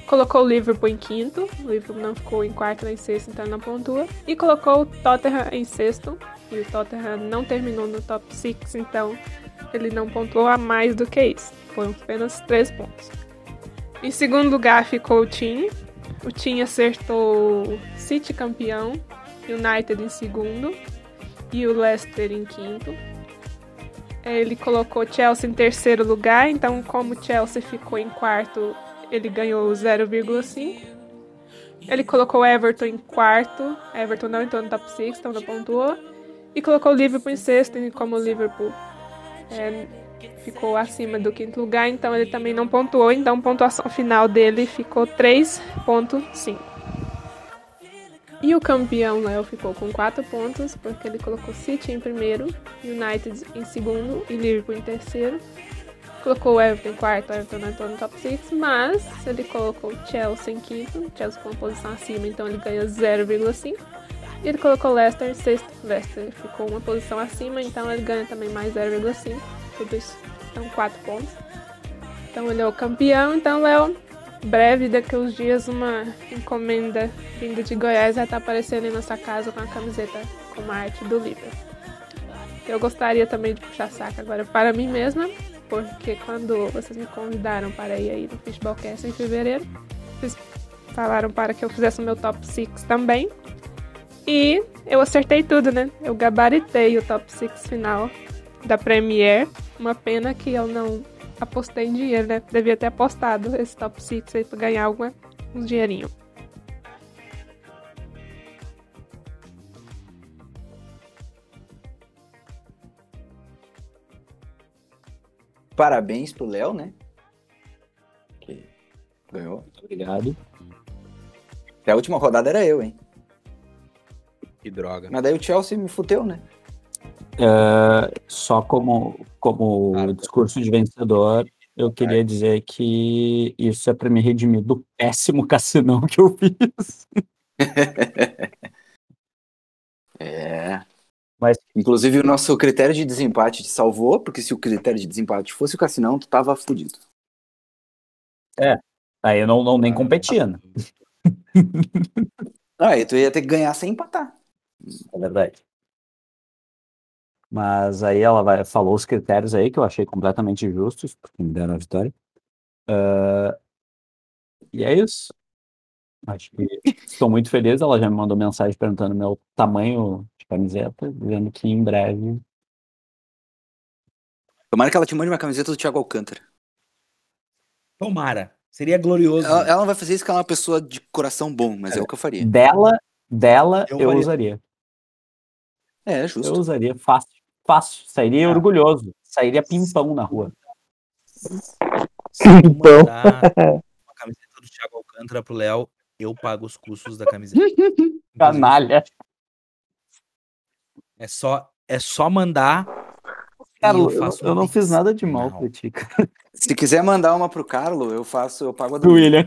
Colocou o Liverpool em quinto. O Liverpool não ficou em quarto nem em sexto, então não pontua. E colocou o Tottenham em sexto. E o Tottenham não terminou no top 6, então ele não pontuou a mais do que isso. Foram apenas 3 pontos. Em segundo lugar ficou o Tim. O Tim acertou City campeão, United em segundo e o Leicester em quinto. Ele colocou Chelsea em terceiro lugar, então como o Chelsea ficou em quarto, ele ganhou 0,5. Ele colocou Everton em quarto. Everton não entrou no top 6, então não pontuou. E colocou o Liverpool em sexto, e como o Liverpool ficou acima do quinto lugar, então ele também não pontuou. Então a pontuação final dele ficou 3,5. E o campeão Léo ficou com 4 pontos, porque ele colocou City em primeiro, United em segundo e Liverpool em terceiro. Colocou o Everton em quarto, o Everton não entrou no top 6, mas ele colocou o Chelsea em quinto, Chelsea com uma posição acima, então ele ganha 0,5. E ele colocou o Leicester em sexto, Leicester ficou uma posição acima, então ele ganha também mais 0,5. Tudo isso são 4 pontos. Então ele é o campeão. Então, Léo, breve, daqui a uns dias, uma encomenda vinda de Goiás vai estar aparecendo em nossa casa com a camiseta com a arte do Liverpool. Eu gostaria também de puxar saco agora para mim mesma, porque quando vocês me convidaram para ir aí no Fishballcast em fevereiro, vocês falaram para que eu fizesse o meu top 6 também. E eu acertei tudo, né? Eu gabaritei o top 6 final da Premier. Uma pena que eu não apostei em dinheiro, né? Devia ter apostado esse top 6 aí pra ganhar uns dinheirinho. Parabéns pro Léo, né? Que ganhou. Muito obrigado. Até a última rodada era eu, hein? Que droga. Mas daí o Chelsea me futeu, né? Só como discurso de vencedor, eu queria dizer que isso é para me redimir do péssimo cassinão que eu fiz. É. Mas Inclusive o nosso critério de desempate te salvou, porque se o critério de desempate fosse o Cassinão, tu tava fudido. aí eu não nem competia, né? Ah, e tu ia ter que ganhar sem empatar. É verdade. Mas aí ela falou os critérios aí que eu achei completamente justos, porque me deram a vitória. E é isso. Acho que estou muito feliz. Ela já me mandou mensagem perguntando meu tamanho de camiseta, dizendo que em breve. Tomara que ela te mande uma camiseta do Thiago Alcântara. Tomara. Seria glorioso. Ela não vai fazer isso, que ela é uma pessoa de coração bom, mas é o que eu faria. Dela Eu eu faria. usaria. É, Eu justo. usaria fácil. Sairia orgulhoso. Sairia pimpão na rua. Se tu Então. mandar uma camiseta do Thiago Alcântara pro Léo, eu pago os custos da camiseta. Inclusive, Canalha. É só mandar Cara, e eu faço eu um não pix. fiz nada de mal Não. pra ti, cara. Se quiser mandar uma pro Carlo, eu pago a Do do William.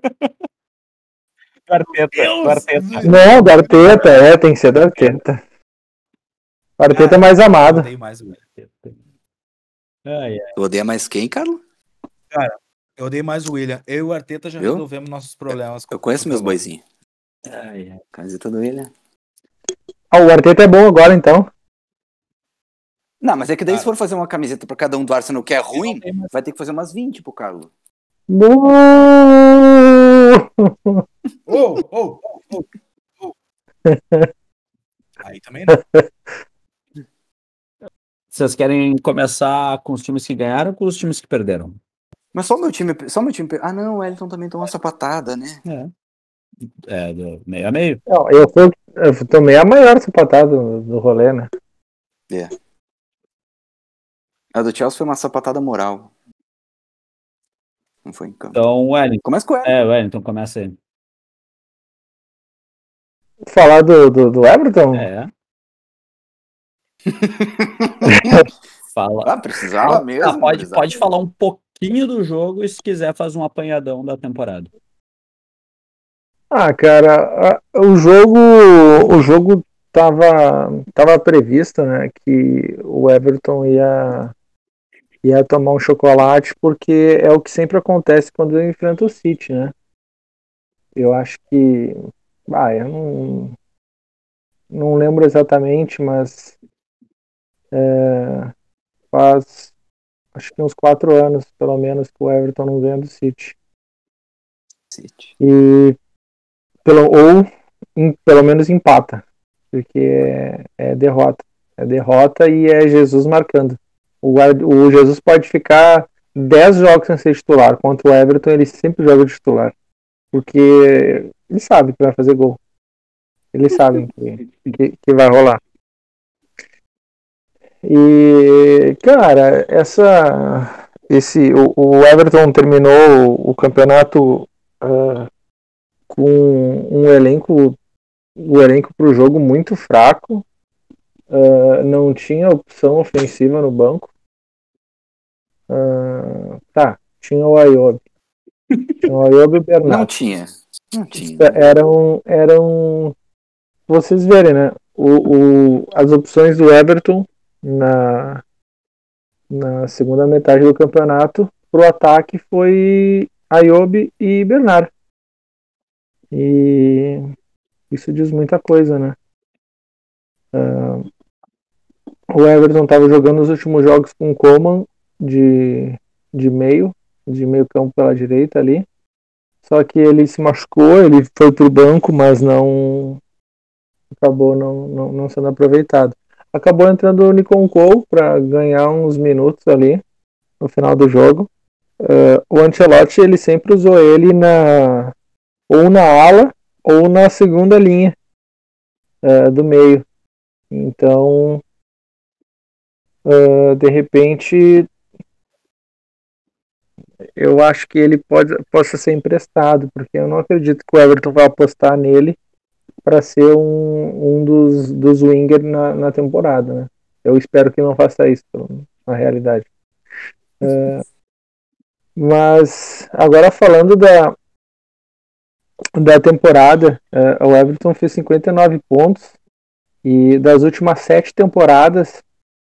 Do Arteta. Não, da Arteta, tem que ser da Arteta. O Arteta é mais Eu amado. odeio mais o William. Ai, ai. Tu odeia mais quem, Carlo? Eu odeio mais o William. Eu e o Arteta já Viu? resolvemos nossos problemas. Eu conheço meus bois. boizinhos. Ai, ai. Camiseta do William. O Arteta é bom agora, então. Não, mas é que daí se Cara. for fazer uma camiseta pra cada um do Arsenal que é ruim, tenho mais- vai ter que fazer umas 20 pro Carlo. No! Aí também não. Vocês querem começar com os times que ganharam ou com os times que perderam? Mas só o meu time. Ah, não, o Elton também tomou uma sapatada, né? Do meio a meio. Não, eu tomei a maior sapatada do rolê, né? A do Chelsea foi uma sapatada moral. Não foi em campo. Então, Wellington. Começa com ela. Wellington, começa aí. Falar do Everton? Fala. Precisava mesmo. Pode falar um pouquinho do jogo e se quiser faz um apanhadão da temporada. Cara, o jogo tava previsto, né, que o Everton ia tomar um chocolate, porque é o que sempre acontece quando ele enfrenta o City, né? Eu acho que, eu não lembro exatamente, mas faz acho que uns 4 anos, pelo menos, que o Everton não ganha do City. City. E pelo menos empata, porque é derrota. É derrota e é Jesus marcando. O Jesus pode ficar 10 jogos sem ser titular. Contra o Everton, ele sempre joga de titular. Porque ele sabe que vai fazer gol. Eles sabem que vai rolar. E, cara, o Everton terminou o campeonato com o elenco para o jogo muito fraco. Não tinha opção ofensiva no banco. Tinha o Ayobi. Tinha o Ayobi e o Não Bernardo. tinha. Não tinha. Eram vocês verem, né? As opções do Everton na, na segunda metade do campeonato pro ataque foi Ayobi e Bernard. E isso diz muita coisa, né? O Everton estava jogando os últimos jogos com o Coman de, de meio campo pela direita ali. Só que ele se machucou, ele foi pro banco, mas acabou não sendo aproveitado. Acabou entrando o Nikon Cole para ganhar uns minutos ali no final do jogo. O Ancelotti ele sempre usou ele ou na ala ou na segunda linha do meio. Então, de repente, eu acho que ele possa ser emprestado, porque eu não acredito que o Everton vai apostar nele para ser um dos winger na temporada, né? Eu espero que não faça isso, na realidade. Mas agora falando da temporada, o Everton fez 59 pontos e das últimas 7 temporadas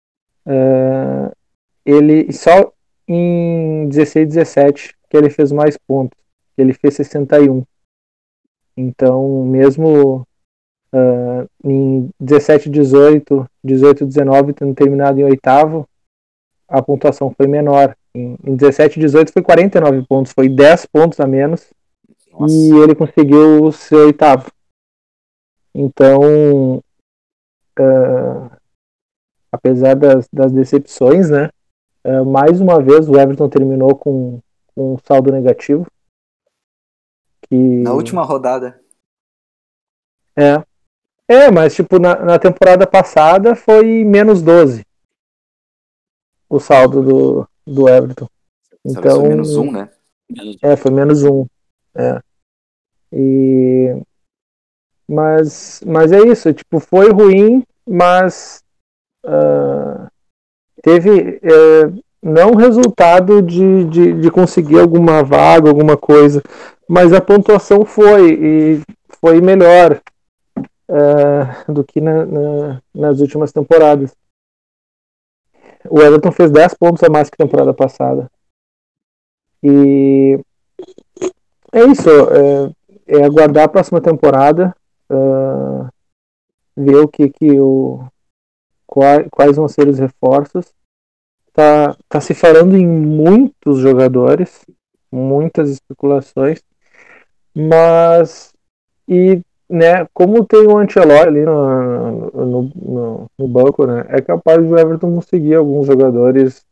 ele só em 16 17 que ele fez mais pontos, ele fez 61. Então mesmo em 17 18 18 19 tendo terminado em oitavo, a pontuação foi menor. Em 17 18 foi 49 pontos, foi 10 pontos a menos. Nossa. E ele conseguiu ser oitavo. Então, apesar das decepções, né? Mais uma vez o Everton terminou com um saldo negativo. Na última rodada. Mas tipo, na temporada passada foi menos 12 o saldo do Everton. Essa vez Então, foi -1, né? foi menos 1. Mas é isso, tipo, foi ruim, mas teve não resultado de conseguir alguma vaga, alguma coisa, mas a pontuação foi melhor do que nas últimas temporadas. O Everton fez 10 pontos a mais que a temporada passada. E é isso, é aguardar a próxima temporada, ver quais vão ser os reforços. Tá se falando em muitos jogadores, muitas especulações, mas né, como tem o Ancelotti ali no banco, né, é capaz do Everton conseguir alguns jogadores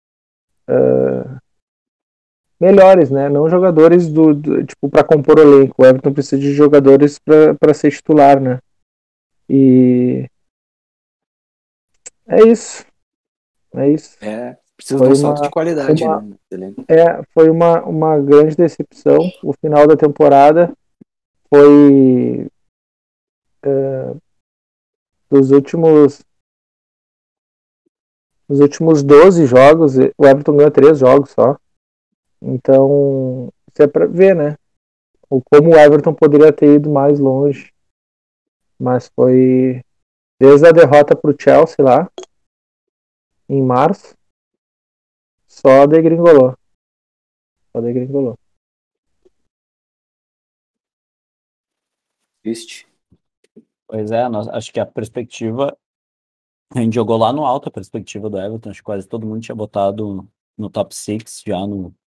melhores, né, não jogadores tipo para compor o elenco. O Everton precisa de jogadores para ser titular, né, e é isso. Precisa Foi de um salto de qualidade, né? Foi uma grande decepção. O final da temporada foi dos últimos 12 jogos, o Everton ganhou 3 jogos só. Então, isso é para ver, né? Como o Everton poderia ter ido mais longe. Mas foi desde a derrota para o Chelsea lá, em março, só degringolou. Triste. Pois é, acho que a perspectiva. A gente jogou lá no alto a perspectiva do Everton. Acho que quase todo mundo tinha botado no top 6 já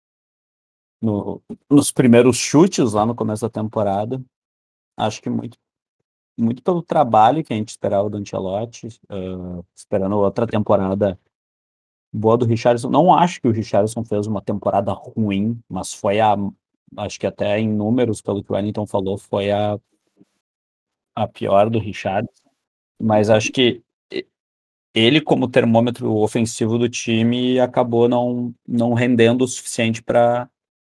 nos primeiros chutes lá no começo da temporada. Acho que muito, muito pelo trabalho que a gente esperava do Ancelotti, esperando outra temporada boa do Richarlison. Não acho que o Richarlison fez uma temporada ruim, mas foi acho que até em números, pelo que o Wellington falou, foi a pior do Richarlison. Mas acho que ele, como termômetro ofensivo do time, acabou não rendendo o suficiente para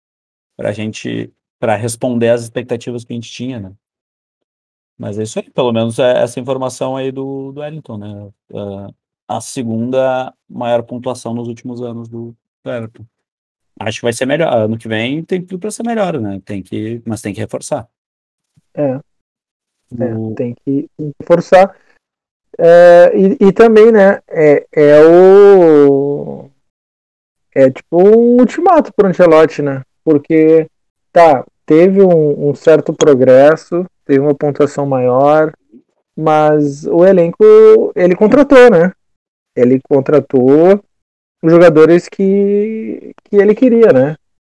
responder às expectativas que a gente tinha, né? Mas é isso aí, pelo menos é essa informação aí do Wellington, né? A segunda maior pontuação nos últimos anos do Everton. Acho que vai ser melhor. Ano que vem tem tudo para ser melhor, né? Mas tem que reforçar. Tem que forçar. E também, né, é tipo um ultimato pro Ancelotti, né? Porque teve um certo progresso, teve uma pontuação maior, mas o elenco ele contratou, né? Ele contratou os jogadores que ele queria, né?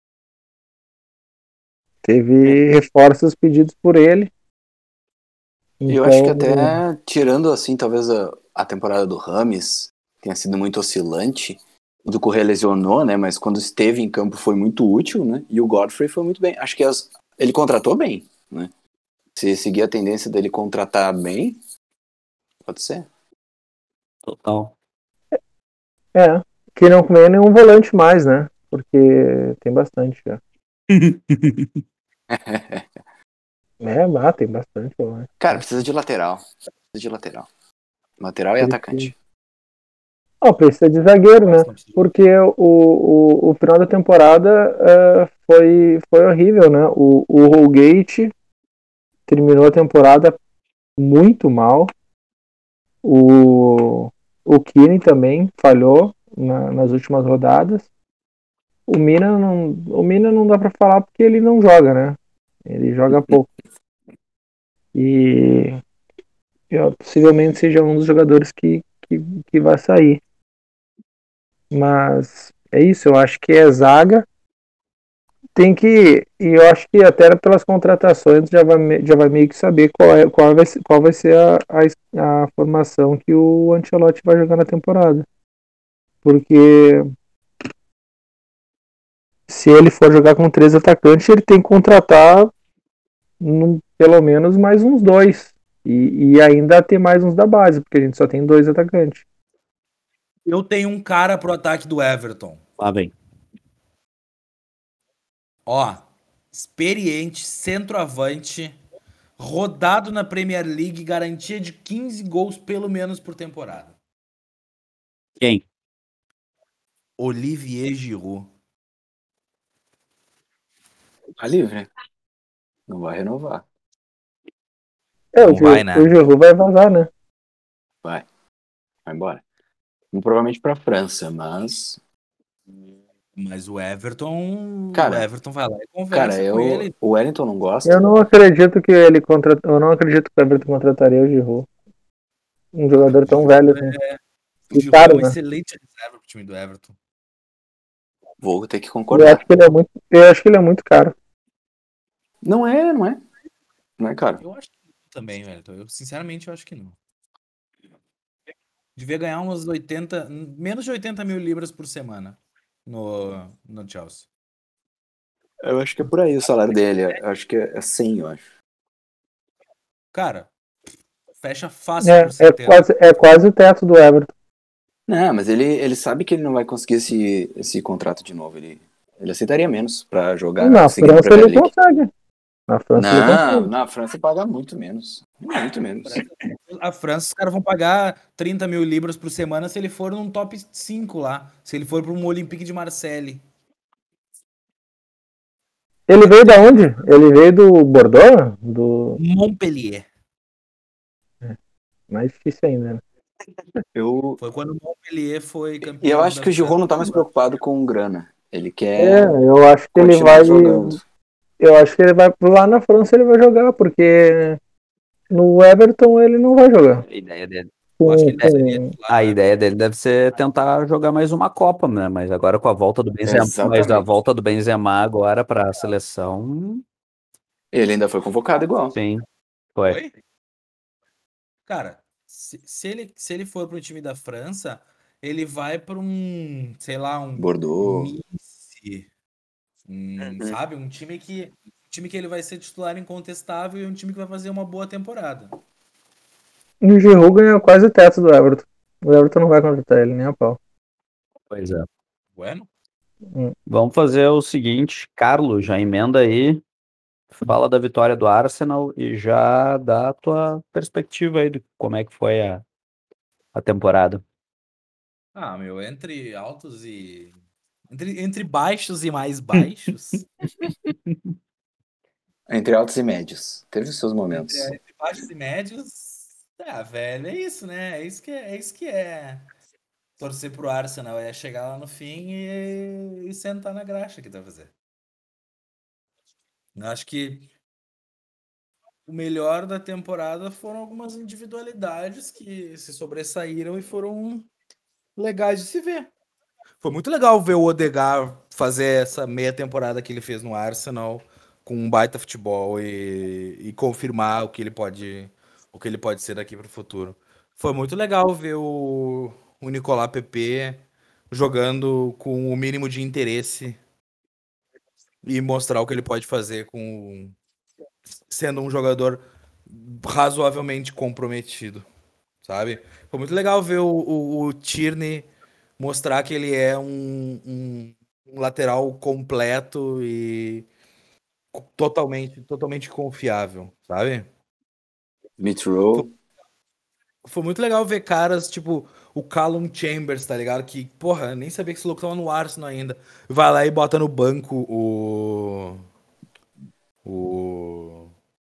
Teve reforços pedidos por ele. E eu acho que Então, até, tirando assim, talvez a temporada do Rames tenha sido muito oscilante, o do Correa lesionou, né, mas quando esteve em campo foi muito útil, né, e o Godfrey foi muito bem. Acho que ele contratou bem, né, se seguir a tendência dele contratar bem, pode ser. Total. que não comer nenhum volante mais, né? Porque tem bastante já. Tem bastante volante. Cara, precisa de lateral. Lateral e atacante. Precisa de zagueiro, né? Porque o final da temporada foi horrível, né? O Holgate terminou a temporada muito mal. O Keane também falhou nas últimas rodadas. O Mina não dá pra falar porque ele não joga, né? Ele joga pouco. E possivelmente seja um dos jogadores que vai sair. Mas é isso, eu acho que é zaga. E eu acho que até pelas contratações já vai meio que saber qual vai ser a formação que o Ancelotti vai jogar na temporada. Porque se ele for jogar com 3 atacantes, ele tem que contratar pelo menos mais uns 2. E ainda ter mais uns da base, porque a gente só tem 2 atacantes. Eu tenho um cara pro ataque do Everton. Lá vem. Experiente, centroavante, rodado na Premier League, garantia de 15 gols pelo menos por temporada. Quem? Olivier Giroud. Tá livre. Não vai renovar. Não vai, né? O Giroud vai vazar, né? Vai embora. Provavelmente pra França, mas o Everton. Cara, o Everton vai lá e conversa com ele. O Wellington não gosta. Eu não acredito que ele eu não acredito que o Everton contrataria o Giroud. Um jogador tão velho assim. O Giroud é um excelente reserva pro time do Everton. Vou ter que concordar. Eu acho que ele é muito caro. Não é caro. Eu acho que não também, velho. Eu sinceramente acho que não. Devia ganhar uns menos de 80 mil libras por semana no Chelsea. Eu acho que é por aí o salário dele. Eu acho que é 100, eu acho. Cara, fecha fácil por certeza. É quase o teto do Everton. Não, mas ele sabe que ele não vai conseguir esse contrato de novo. Ele aceitaria menos pra jogar. Na França ele consegue. Na França paga muito menos. Muito menos. A França, os caras vão pagar 30 mil libras por semana se ele for num top 5 lá. Se ele for para um Olympique de Marseille. Ele veio da onde? Ele veio do Bordeaux? Do Montpellier. Mais difícil ainda, né? Foi quando o Montpellier foi campeão. E eu acho que o Giroud não tá mais preocupado com grana. Ele quer eu acho que ele vai jogando. Eu acho que ele vai lá na França, ele vai jogar, porque no Everton ele não vai jogar. A ideia dele, Eu acho que ele seria Com... titular, a né? ideia dele deve ser tentar jogar mais uma Copa, né? Mas agora com a volta do Benzema, mas a Exatamente. volta do Benzema agora para a seleção, Ele ainda foi convocado igual. sim, foi. Oi? Cara, se ele for pro time da França, ele vai pra um, sei lá, um Bordeaux. Nice, Uhum. sabe? Um time que ele vai ser titular incontestável e um time que vai fazer uma boa temporada. E o Giroud ganha quase o teto do Everton. O Everton não vai contratar ele, nem a pau. Pois é. Bueno? Vamos fazer o seguinte, Carlos, já emenda aí, fala da vitória do Arsenal e já dá a tua perspectiva aí de como é que foi a temporada. Ah, meu, entre altos e. Entre baixos e mais baixos. Entre altos e médios. Teve os seus Entre, momentos. entre baixos e médios. Velho, é isso, né? É isso que é. Torcer pro Arsenal é chegar lá no fim e sentar na graxa que vai fazer. Eu acho que o melhor da temporada foram algumas individualidades que se sobressaíram e foram legais de se ver. Foi muito legal ver o Odegaard fazer essa meia temporada que ele fez no Arsenal com um baita futebol e confirmar o que ele pode ser daqui para o futuro. Foi muito legal ver o Nicolas Pepe jogando com o mínimo de interesse e mostrar o que ele pode fazer sendo um jogador razoavelmente comprometido, sabe? Foi muito legal ver o Tierney mostrar que ele é um lateral completo e totalmente confiável, sabe? Smith Foi, Rowe. foi muito legal ver caras tipo o Callum Chambers, tá ligado? Que, porra, eu nem sabia que esse louco tava no Arsenal ainda. Vai lá e bota no banco o,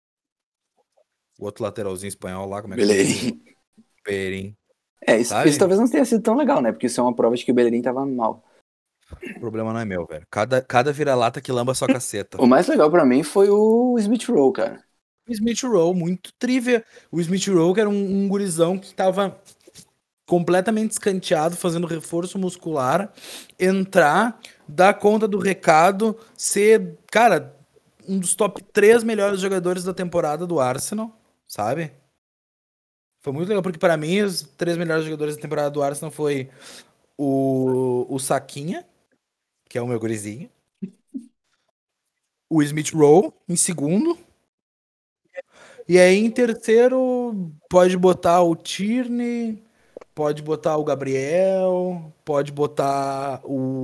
o outro lateralzinho espanhol lá, como é que é o nome dele? Bellerin. Perin, Isso sabe? talvez não tenha sido tão legal, né? Porque isso é uma prova de que o Bellerin tava mal. O problema não é meu, velho. Cada vira-lata que lamba sua caceta. O mais legal pra mim foi o Smith Rowe, cara. O Smith Rowe, muito trivia. O Smith Rowe, que era um gurizão que tava completamente escanteado, fazendo reforço muscular, entrar, dar conta do recado, ser, cara, um dos top 3 melhores jogadores da temporada do Arsenal, sabe? Foi muito legal, porque para mim os 3 melhores jogadores da temporada do Arsenal foi o Saquinha, que é o meu gurizinho, o Smith Rowe em segundo, e aí em terceiro pode botar o Tierney, pode botar o Gabriel, pode botar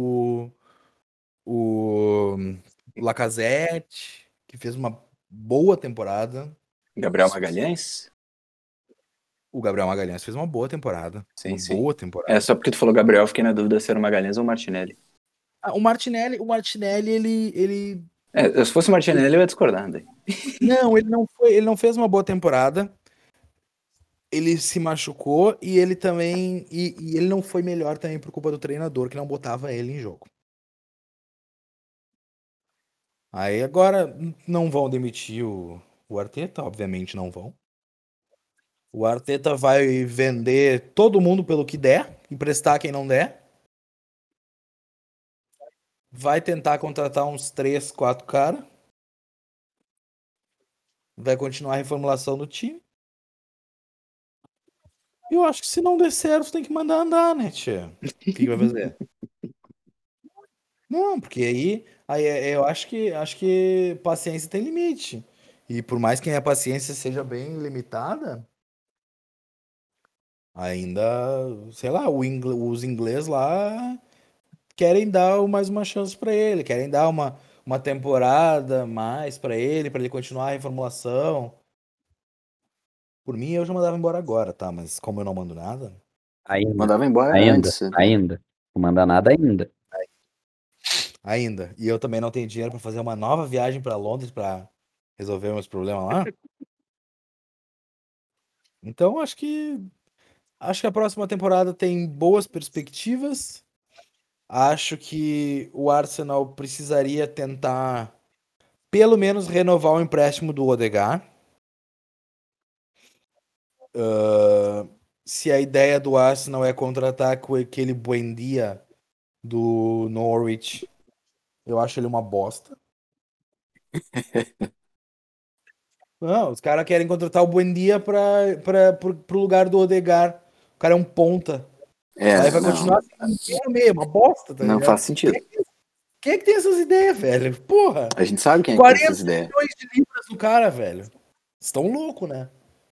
o Lacazette, que fez uma boa temporada. Gabriel Magalhães? O Gabriel Magalhães fez uma boa temporada. Sim, Uma sim. boa É, temporada. só porque tu falou Gabriel, eu fiquei na dúvida se era o Magalhães ou o Martinelli. Ah, o Martinelli, ele. Se fosse o Martinelli, eu ia discordar daí. Não, ele não fez uma boa temporada. Ele se machucou e ele também. E ele não foi melhor também por culpa do treinador, que não botava ele em jogo. Aí agora não vão demitir o Arteta, obviamente não vão. O Arteta vai vender todo mundo pelo que der, emprestar quem não der. Vai tentar contratar uns 3, 4 caras. Vai continuar a reformulação do time. E eu acho que se não der certo, tem que mandar andar, né, tia? O que vai fazer? Não, porque aí eu acho que paciência tem limite. E por mais que a paciência seja bem limitada, ainda, sei lá, os ingleses lá querem dar mais uma chance pra ele, querem dar uma temporada mais pra ele continuar a reformulação. Por mim, eu já mandava embora agora, tá? Mas como eu não mando nada, Ainda, Mandava embora ainda, antes, né? ainda. Não manda nada ainda. ainda. E eu também não tenho dinheiro pra fazer uma nova viagem pra Londres pra resolver meus problemas lá. Então, acho que a próxima temporada tem boas perspectivas. Acho que o Arsenal precisaria tentar pelo menos renovar o empréstimo do Odegaard. Se a ideia do Arsenal é contratar com aquele Buendia do Norwich, eu acho ele uma bosta. Não, os caras querem contratar o Buendia pro lugar do Odegaard. O cara é um ponta. Aí vai não, continuar sendo meio, uma bosta, tá não ligado? faz sentido. Quem é que tem essas ideias, velho? Porra! A gente sabe quem é que tem 40 essas ideias. milhões de libras do cara, velho. Estão loucos, né?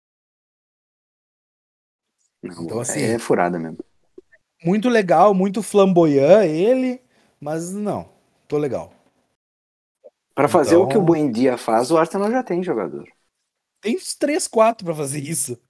Não, Então, assim, é furada mesmo. muito legal, muito flamboyant ele, mas não, tô legal. Pra fazer o que o Então- Buendia faz, o Arsenal já tem jogador. Tem uns 3, 4 pra fazer isso.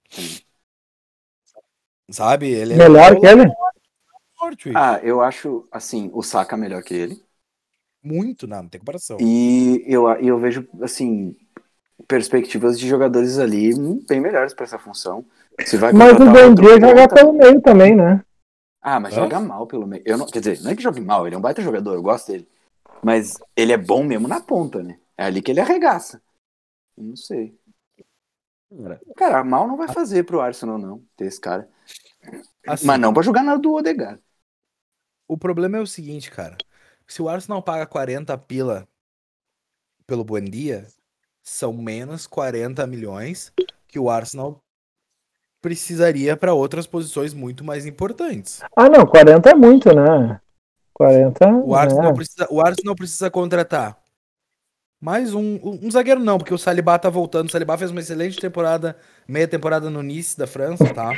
Sabe? Ele Melhor que ele? forte. Eu acho, assim, o Saka melhor que ele. Muito, não tem comparação. E eu vejo, assim, perspectivas de jogadores ali bem melhores pra essa função. Se vai Mas o contratar outro Buendia joga ponta- pelo meio também, né? Mas joga mal pelo meio. Eu não, quer dizer, não é que jogue mal, ele é um baita jogador, eu gosto dele. Mas ele é bom mesmo na ponta, né? É ali que ele arregaça. Não sei. Cara, mal não vai fazer pro Arsenal, não, ter esse cara. Assim, Mas não pra jogar na do Odegaard. o problema é o seguinte, cara. Se o Arsenal paga 40 pila pelo Buendia, são menos 40 milhões que o Arsenal precisaria para outras posições muito mais importantes. Ah, não, 40 é muito, né? 40, O Arsenal né? precisa contratar mais um zagueiro, não, porque o Saliba tá voltando. O Saliba fez uma excelente temporada, meia temporada no Nice da França, tá?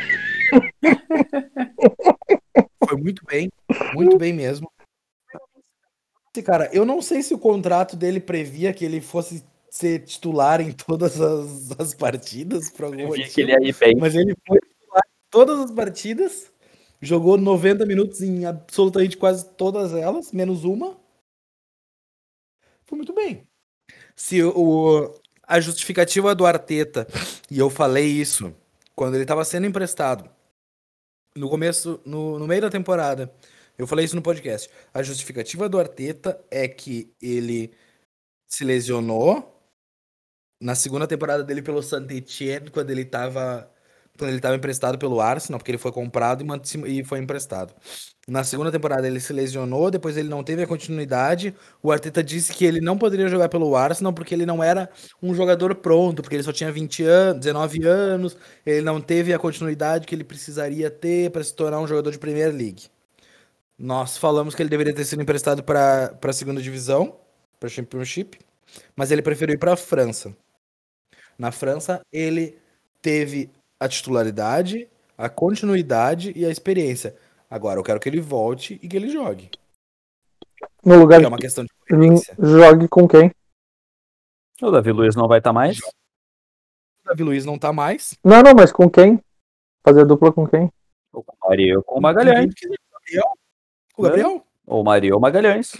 Foi muito bem mesmo. Esse cara, eu não sei se o contrato dele previa que ele fosse ser titular em todas as partidas, por algum Eu vi motivo, que ele ia ir bem. mas ele foi titular em todas as partidas, jogou 90 minutos em absolutamente quase todas elas, menos uma. Foi muito bem. Se a justificativa do Arteta, e eu falei isso quando ele estava sendo emprestado, no começo, no meio da temporada, eu falei isso no podcast. A justificativa do Arteta é que ele se lesionou na segunda temporada dele pelo Saint-Étienne, quando ele estava emprestado pelo Arsenal, porque ele foi comprado e foi emprestado. Na segunda temporada ele se lesionou, depois ele não teve a continuidade. O Arteta disse que ele não poderia jogar pelo Arsenal porque ele não era um jogador pronto, porque ele só tinha 20 anos, 19 anos, ele não teve a continuidade que ele precisaria ter para se tornar um jogador de Premier League. Nós falamos que ele deveria ter sido emprestado para a segunda divisão, para Championship, mas ele preferiu ir para a França. Na França, ele teve a titularidade, a continuidade e a experiência. Agora, eu quero que ele volte e que ele jogue. No lugar Que é uma questão de coerência. jogue com quem? O Davi Luiz não vai estar mais? O Davi Luiz não tá mais. Não, mas com quem? Fazer dupla com quem? Ou com o Maria ou com o Magalhães. O Gabriel? Ou o Maria ou o Magalhães.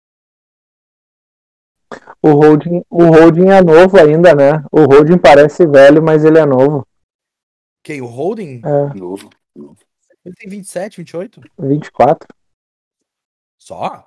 O Holding é novo ainda, né? O Holding parece velho, mas ele é novo. Quem? O Holding? É, Novo. Ele tem 27, 28? 24, Só?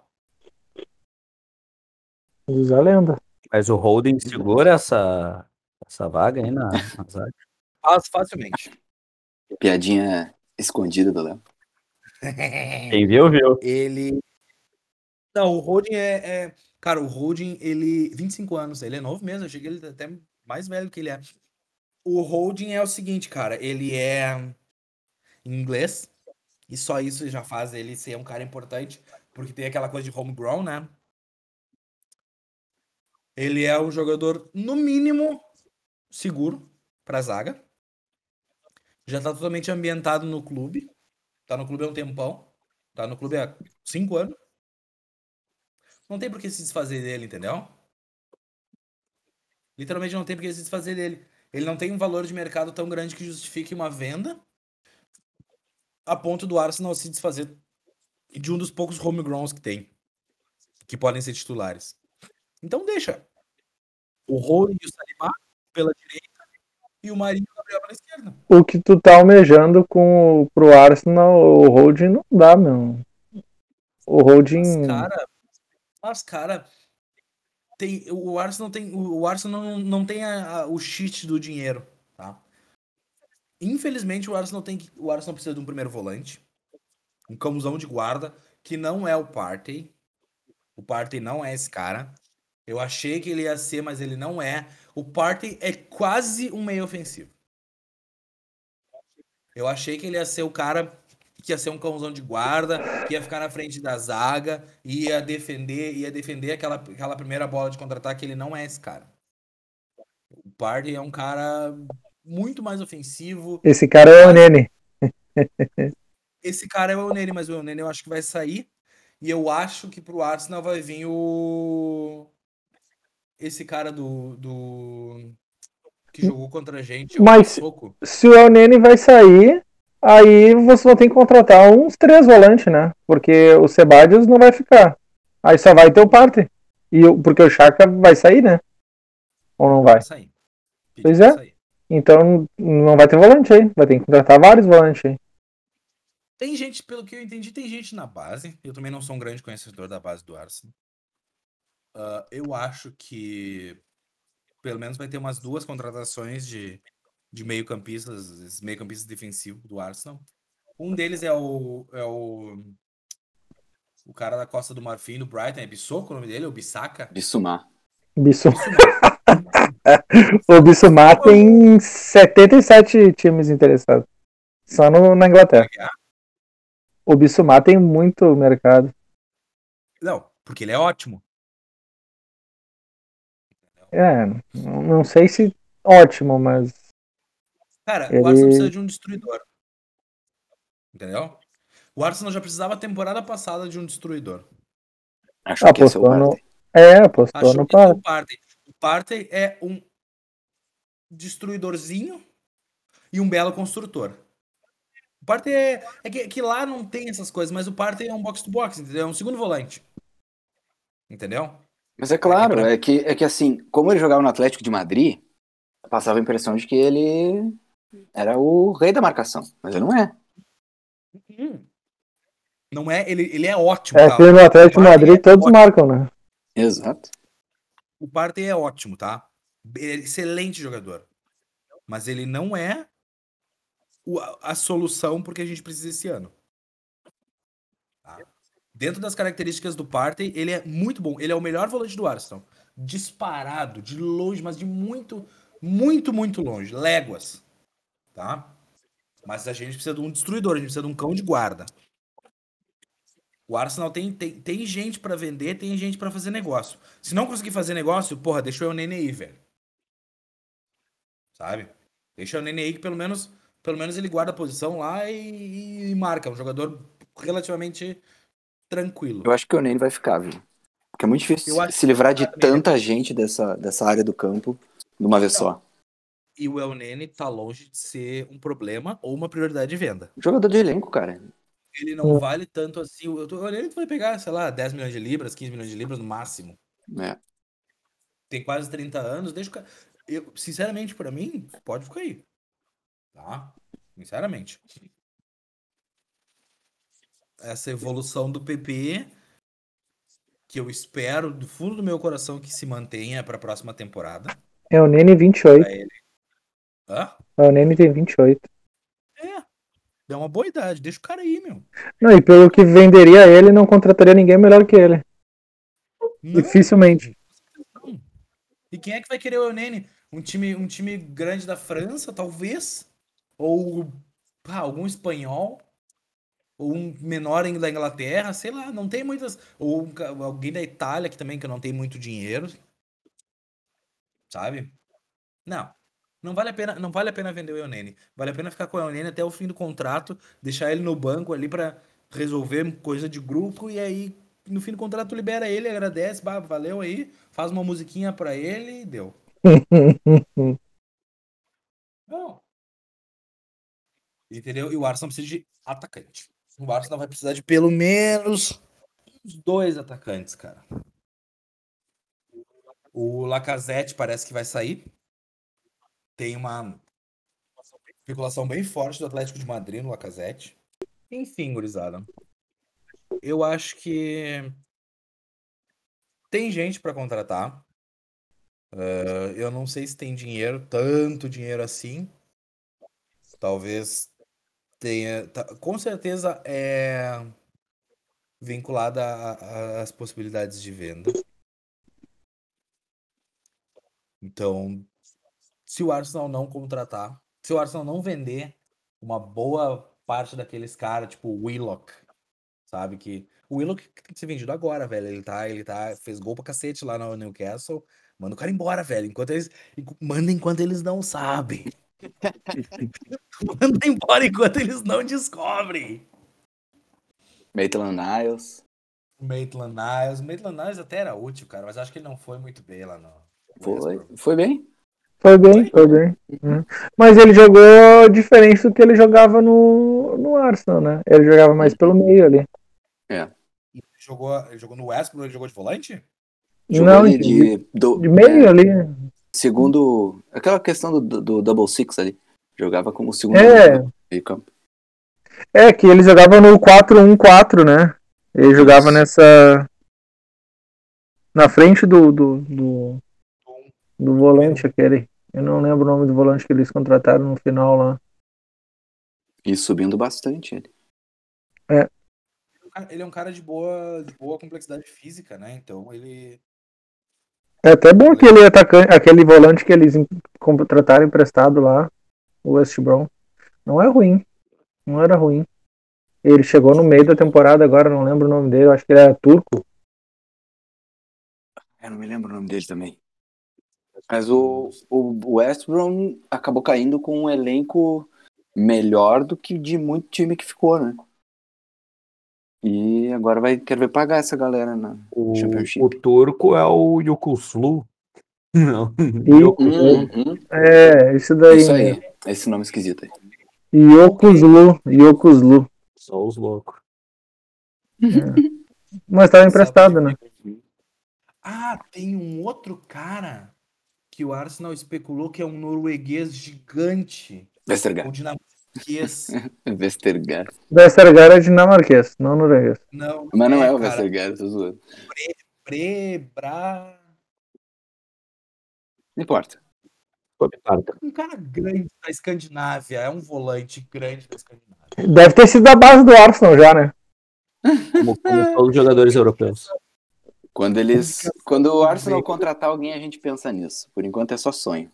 diz a lenda. Mas o Holding segura essa vaga aí na zaga. Facilmente. Piadinha escondida do Léo. Quem viu, viu. Ele... Não, o Holding Cara, o Holding, ele... 25 anos, ele é novo mesmo. Eu achei que ele até mais velho que ele é. O Holding é o seguinte, cara. Ele é em inglês. E só isso já faz ele ser um cara importante. Porque tem aquela coisa de homegrown, né? Ele é um jogador, no mínimo, seguro pra zaga. Já tá totalmente ambientado no clube. Tá no clube há um tempão. Tá no clube há 5 anos. Não tem por que se desfazer dele, entendeu? Literalmente não tem por que se desfazer dele. Ele não tem um valor de mercado tão grande que justifique uma venda a ponto do Arsenal se desfazer de um dos poucos homegrowns que tem. Que podem ser titulares. Então deixa. O Rony e o Saliba pela direita e o Marinho e o Gabriel pela esquerda. O que tu tá almejando pro Arsenal, o Holding não dá, meu. O Holding. Mas, cara, O Arsenal não tem o cheat do dinheiro, tá? Infelizmente o Arsenal precisa de um primeiro volante, um cãozão de guarda, que não é o Partey. O Partey não é esse cara. Eu achei que ele ia ser, mas ele não é. O Partey é quase um meio ofensivo. Eu achei que ele ia ser o cara que ia ser um cãozão de guarda, que ia ficar na frente da zaga, ia defender aquela primeira bola de contra-ataque. Ele não é esse cara. O Partey é um cara muito mais ofensivo. Esse cara é o Nene. Esse cara é o Nene, mas o Nene eu acho que vai sair. E eu acho que pro Arsenal vai vir esse cara que jogou contra a gente, o Mas Soco. se o El Nene vai sair, aí você vai ter que contratar uns 3 volantes, né? Porque o Sebadios não vai ficar. Aí só vai ter o Partey. Porque o Xhaka vai sair, né? Ou não vai? Vai sair. Pois Vai é. sair. Então não vai ter volante aí. Vai ter que contratar vários volantes aí. Tem gente, pelo que eu entendi, tem gente na base. Eu também não sou um grande conhecedor da base do Arsenal. Eu acho que pelo menos vai ter umas 2 contratações de meio-campistas, meio-campistas defensivos do Arsenal. Um deles é o cara da Costa do Marfim, do Brighton, é Bissoko o nome dele? Ou Bissaka? Bissumar. Bissumar. O Bissumar tem 77 times interessados. Só na Inglaterra. O Bissumar tem muito mercado. Não, porque ele é ótimo. Não sei se ótimo, mas. Cara, o Arsenal Ele. precisa de um destruidor. Entendeu? O Arsenal já precisava a temporada passada de um destruidor. Achou que ia ser o Apostou no. Partey. Apostou Achou no que ia ser Partey. o Partey. O Partey é um destruidorzinho e um belo construtor. O Partey que lá não tem essas coisas, mas o Partey é um box-to-box, entendeu? É um segundo volante. Entendeu? Mas é claro, pra- é que assim, como ele jogava no Atlético de Madrid, passava a impressão de que ele era o rei da marcação. Mas ele não é. Não é, ele é ótimo, É tá? que no Atlético de Partey Madrid é todos ótimo. marcam, né? Exato. O Partey é ótimo, tá? Ele é excelente jogador. Mas ele não é a solução porque a gente precisa esse ano. Tá? Dentro das características do Partey, ele é muito bom. Ele é o melhor volante do Arsenal. Disparado, de longe, mas de muito, muito, muito longe. Léguas. Tá? Mas a gente precisa de um destruidor, a gente precisa de um cão de guarda. O Arsenal tem gente pra vender, tem gente pra fazer negócio. Se não conseguir fazer negócio, porra, deixa o Nene aí, velho. Sabe? Deixa o Nene aí que pelo menos ele guarda a posição lá e marca. É um jogador relativamente tranquilo. Eu acho que o Nene vai ficar, viu? Porque é muito Eu difícil acho se livrar de que ele- tanta gente dessa área do campo de uma vez só. E o El Nene tá longe de ser um problema ou uma prioridade de venda. Jogador de elenco, cara. Ele não vale tanto assim. O El Nene vai pegar, sei lá, 10 milhões de libras, 15 milhões de libras no máximo. É. Tem quase 30 anos, deixa o cara. Sinceramente, pra mim, pode ficar aí. Tá? Sinceramente. Essa evolução do PP, que eu espero do fundo do meu coração que se mantenha pra próxima temporada. É o Nene 28. Pra ele. Hã? O Nene tem 28. É uma boa idade, deixa o cara aí, meu. Não, e pelo que venderia ele, não contrataria ninguém melhor que ele. Não, Dificilmente. não. E quem é que vai querer o El Nene? Um time grande da França, talvez? Ou algum espanhol? Ou um menor da Inglaterra? Sei lá, não tem muitas. Ou alguém da Itália que também que não tem muito dinheiro. Sabe? Não. Não vale a pena vender o El Nene. Vale a pena ficar com o El Nene até o fim do contrato, deixar ele no banco ali pra resolver coisa de grupo e aí no fim do contrato libera ele, agradece, bah, valeu aí, faz uma musiquinha pra ele e deu. Não. Entendeu? E o Arsenal precisa de atacante. O Arsenal vai precisar de pelo menos uns 2 atacantes, cara. O Lacazette parece que vai sair. Tem uma especulação bem forte do Atlético de Madrid no Lacazette. Enfim, gurizada. Eu acho que Tem gente pra contratar. Eu não sei se tem dinheiro, tanto dinheiro assim. Talvez tenha. Com certeza é vinculada às possibilidades de venda. Então, se o Arsenal não contratar, se o Arsenal não vender uma boa parte daqueles caras, tipo o Willock, sabe? Que o Willock tem que ser vendido agora, velho. Fez gol pra cacete lá no Newcastle. Manda o cara embora, velho. Manda enquanto eles não sabem. Manda embora enquanto eles não descobrem. Maitland-Niles. Maitland-Niles até era útil, cara, mas acho que ele não foi muito bem lá no West Brom. Foi bem? Foi bem. Mas ele jogou diferente do que ele jogava no Arsenal, né? Ele jogava mais pelo meio ali. É. Ele jogou no West Brom, ele jogou de volante? Jogou Não, ali de meio ali. Segundo. Aquela questão do double six ali. Jogava como segundo meio campo. É, que ele jogava no 4-1-4, né? Ele jogava na frente do volante aquele. Eu não lembro o nome do volante que eles contrataram no final lá. E subindo bastante ele. Ele é um cara de boa complexidade física, né? Então ele. É até bom aquele volante que eles contrataram emprestado lá, o West Brom. Não é ruim. Não era ruim. Ele chegou no meio da temporada agora, não lembro o nome dele, eu acho que ele era turco. Eu não me lembro o nome dele também. Mas o West Brom acabou caindo com um elenco melhor do que de muito time que ficou, né? E agora quer ver pagar essa galera na Championship. O turco é o Yokuşlu. Não. Isso daí. Isso aí. Esse nome esquisito aí. Yokuşlu. Só os loucos. Mas tava emprestado, né? Ah, tem um outro cara que o Arsenal especulou que é um norueguês gigante. Vestergaard. Ou dinamarquês. Vestergaard. Vestergaard é dinamarquês, não norueguês. Não, Mas não é o cara. Vestergaard, tô zoando. Não importa. Um cara grande da Escandinávia. É um volante grande da Escandinávia. Deve ter sido da base do Arsenal já, né? Como todos os jogadores europeus. Quando o Arsenal contratar alguém, a gente pensa nisso. Por enquanto é só sonho.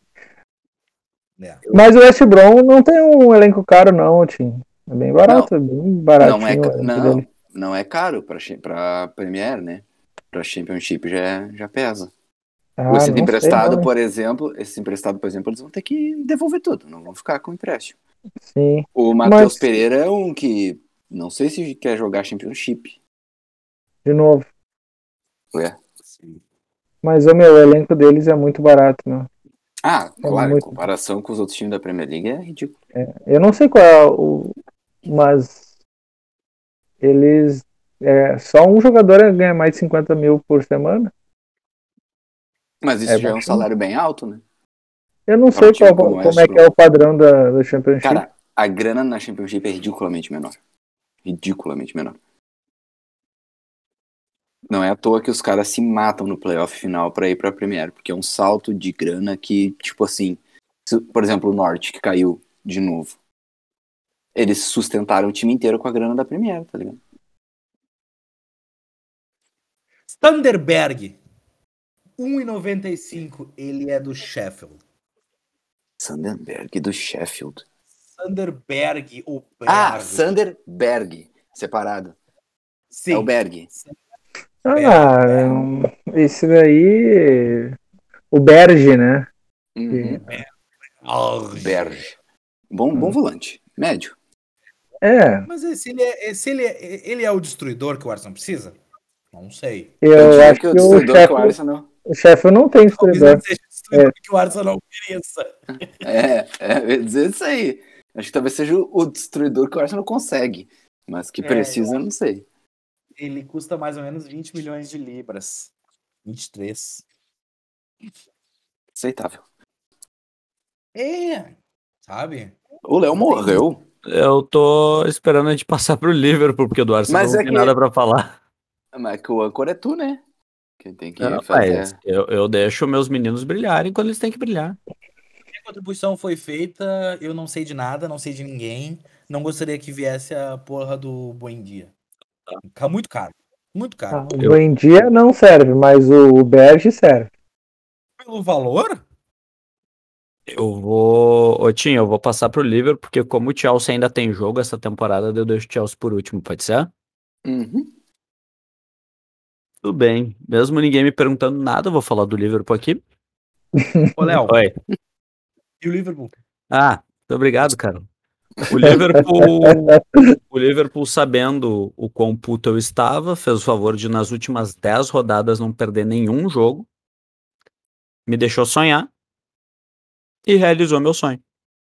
Mas o West Brom não tem um elenco caro, não, Tim. É bem barato, é bem baratinho. Não é caro pra Premier, né? Pra Championship já pesa. Esse emprestado, por exemplo, eles vão ter que devolver tudo, não vão ficar com empréstimo. Sim. O Matheus Pereira é um que não sei se quer jogar Championship. De novo. Sim. Mas o elenco deles é muito barato, né? Claro, em comparação com os outros times da Premier League é ridículo. Eu não sei qual é mas eles só um jogador ganha mais de 50 mil por semana. Mas isso já é um salário bem alto, né? Eu não sei como é que é o padrão da Championship. Cara, a grana na Championship é ridiculamente menor. Ridiculamente menor. Não é à toa que os caras se matam no playoff final pra ir pra Premier, porque é um salto de grana que, tipo assim, por exemplo, o Norte, que caiu de novo. Eles sustentaram o time inteiro com a grana da Premier, tá ligado? Sanderberg. 1,95. Ele é do Sheffield. Sanderberg do Sheffield. Sanderberg, o Berg. Sanderberg. Separado. Sim. É o Berg. Esse daí. O Berge, né? Berge. Bom volante. Médio. Mas ele é o destruidor que o Arsenal precisa? Não sei. Eu acho que o destruidor que o Arsenal. O Sheffield não tem destruidor. Talvez não seja o destruidor que o Arsenal não mereça. Eu ia dizer isso aí. Acho que talvez seja o destruidor que o Arsenal consegue. Mas que precisa, eu não sei. Ele custa mais ou menos 20 milhões de libras. 23. Aceitável. Sabe? O Léo morreu. Eu tô esperando a gente passar pro Liverpool, porque do Arsenal não tem nada pra falar. Mas que o âncora é tu, né? Que tem que Não, fazer. mas eu deixo meus meninos brilharem quando eles têm que brilhar. Minha contribuição foi feita, eu não sei de nada, não sei de ninguém. Não gostaria que viesse a porra do Buendia. Tá muito caro. Muito caro. O Buendia não serve, mas o Berge serve. Pelo valor? Ô Tim, eu vou passar pro Liverpool, porque como o Chelsea ainda tem jogo essa temporada, eu deixo o Chelsea por último, pode ser? Uhum. Tudo bem. Mesmo ninguém me perguntando nada, eu vou falar do Liverpool aqui. Ô, Léo, Oi. e o Liverpool? Ah, muito obrigado, cara. O Liverpool, sabendo o quão puto eu estava, fez o favor de, nas últimas 10 rodadas, não perder nenhum jogo, me deixou sonhar e realizou meu sonho.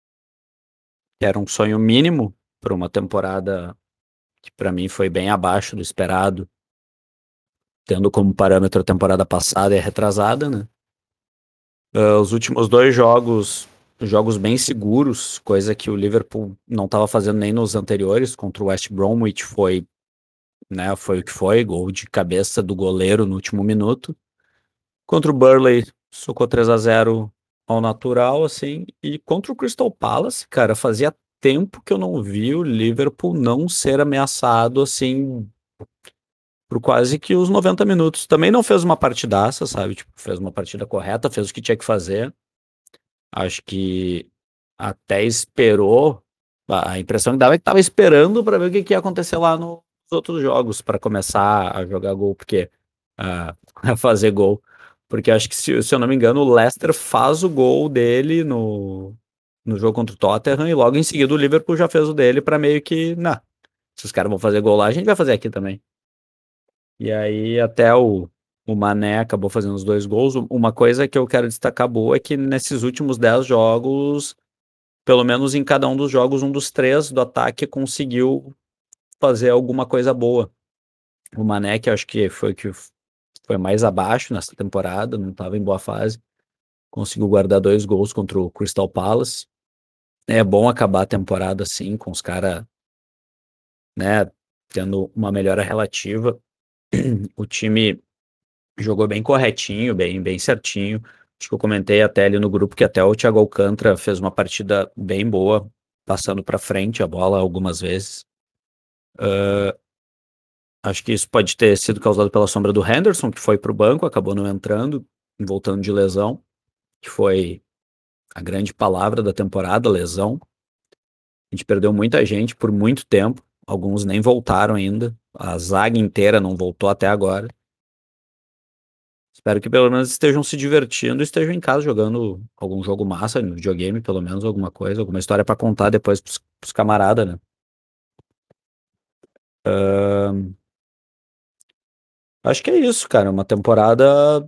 Que era um sonho mínimo para uma temporada que para mim foi bem abaixo do esperado, tendo como parâmetro a temporada passada e a retrasada, né? Os últimos dois jogos bem seguros, coisa que o Liverpool não estava fazendo nem nos anteriores, contra o West Bromwich foi, né, foi o que foi, gol de cabeça do goleiro no último minuto. Contra o Burnley, socou 3-0 ao natural, assim, e contra o Crystal Palace, cara, fazia tempo que eu não vi o Liverpool não ser ameaçado, assim, por quase que os 90 minutos. Também não fez uma partidaça, sabe? Tipo, fez uma partida correta, fez o que tinha que fazer. Acho que até esperou. A impressão que dava é que tava esperando para ver o que ia acontecer lá nos outros jogos, para começar a jogar gol, porque a fazer gol. Porque acho que, se eu não me engano, o Leicester faz o gol dele no jogo contra o Tottenham e logo em seguida o Liverpool já fez o dele para meio que, não, se os caras vão fazer gol lá, a gente vai fazer aqui também. E aí até o Mané acabou fazendo os dois gols. Uma coisa que eu quero destacar boa é que nesses últimos 10 jogos, pelo menos em cada um dos jogos, um dos três do ataque conseguiu fazer alguma coisa boa. O Mané, que eu acho que foi mais abaixo nessa temporada, não estava em boa fase, conseguiu guardar 2 gols contra o Crystal Palace. É bom acabar a temporada assim, com os caras, né, tendo uma melhora relativa. O time jogou bem corretinho, bem certinho. Acho que eu comentei até ali no grupo que até o Thiago Alcântara fez uma partida bem boa, passando para frente a bola algumas vezes. Acho que isso pode ter sido causado pela sombra do Henderson, que foi para o banco, acabou não entrando, voltando de lesão, que foi a grande palavra da temporada, lesão. A gente perdeu muita gente por muito tempo, alguns nem voltaram ainda, a zaga inteira não voltou até agora. Espero que pelo menos estejam se divertindo e estejam em casa jogando algum jogo massa no videogame, pelo menos alguma coisa, alguma história pra contar depois pros camaradas, né? Acho que é isso, cara. Uma temporada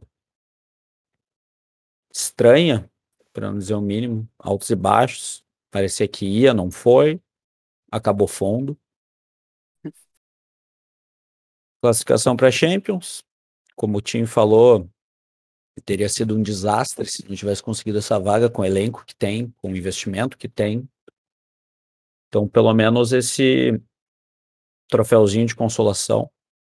estranha, pra não dizer o mínimo. Altos e baixos. Parecia que ia, não foi. Acabou fundo. Classificação pra Champions. Como o Tim falou, teria sido um desastre se não tivesse conseguido essa vaga com o elenco que tem, com o investimento que tem. Então, pelo menos esse troféuzinho de consolação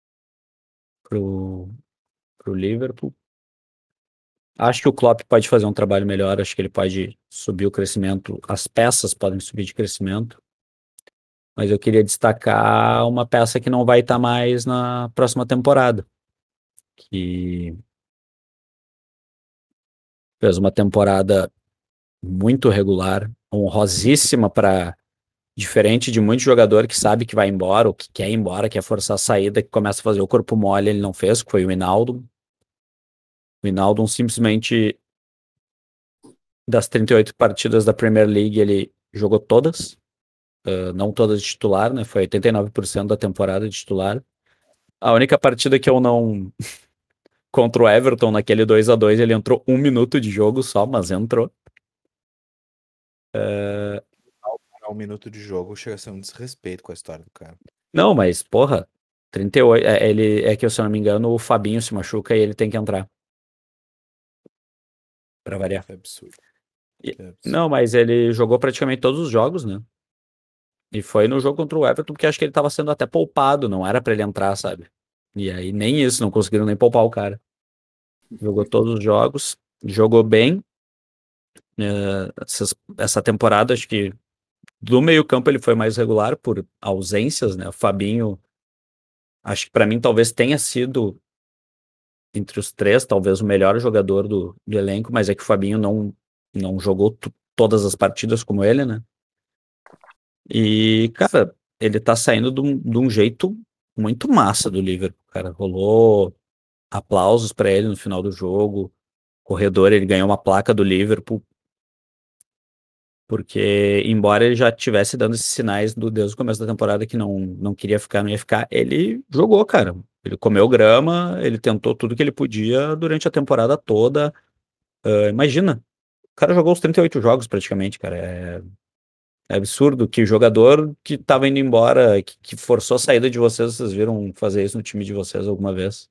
pro Liverpool. Acho que o Klopp pode fazer um trabalho melhor, acho que ele pode subir o crescimento, as peças podem subir de crescimento, mas eu queria destacar uma peça que não vai estar mais na próxima temporada, que fez uma temporada muito regular, honrosíssima para diferente de muito jogador que sabe que vai embora, ou que quer ir embora, quer forçar a saída, que começa a fazer o corpo mole, ele não fez, que foi o Wijnaldum. O Wijnaldum simplesmente, das 38 partidas da Premier League, ele jogou todas, não todas de titular, né? Foi 89% da temporada de titular. A única partida que eu não... contra o Everton, naquele 2-2, ele entrou 1 minuto de jogo só, mas entrou. Um minuto de jogo chega a ser um desrespeito com a história do cara. Não, mas, porra, 38... É que, se eu não me engano, o Fabinho se machuca e ele tem que entrar. Pra variar. É absurdo. Não, mas ele jogou praticamente todos os jogos, né? E foi no jogo contra o Everton, porque acho que ele tava sendo até poupado, não era pra ele entrar, sabe? E aí nem isso, não conseguiram nem poupar o cara. Jogou todos os jogos, jogou bem. Essa temporada, acho que do meio-campo ele foi mais regular por ausências, né? O Fabinho, acho que para mim talvez tenha sido entre os três, talvez o melhor jogador do elenco, mas é que o Fabinho não jogou todas as partidas como ele, né? E, cara, ele tá saindo de um jeito muito massa do Liverpool, cara. Rolou aplausos pra ele no final do jogo. Corredor, ele ganhou uma placa do Liverpool, porque, embora ele já tivesse dando esses sinais desde o começo da temporada que não queria ficar, não ia ficar, ele jogou, cara. Ele comeu grama, ele tentou tudo que ele podia durante a temporada toda. Imagina, o cara jogou os 38 jogos praticamente, cara. É absurdo que o jogador que tava indo embora, que forçou a saída de vocês viram fazer isso no time de vocês alguma vez.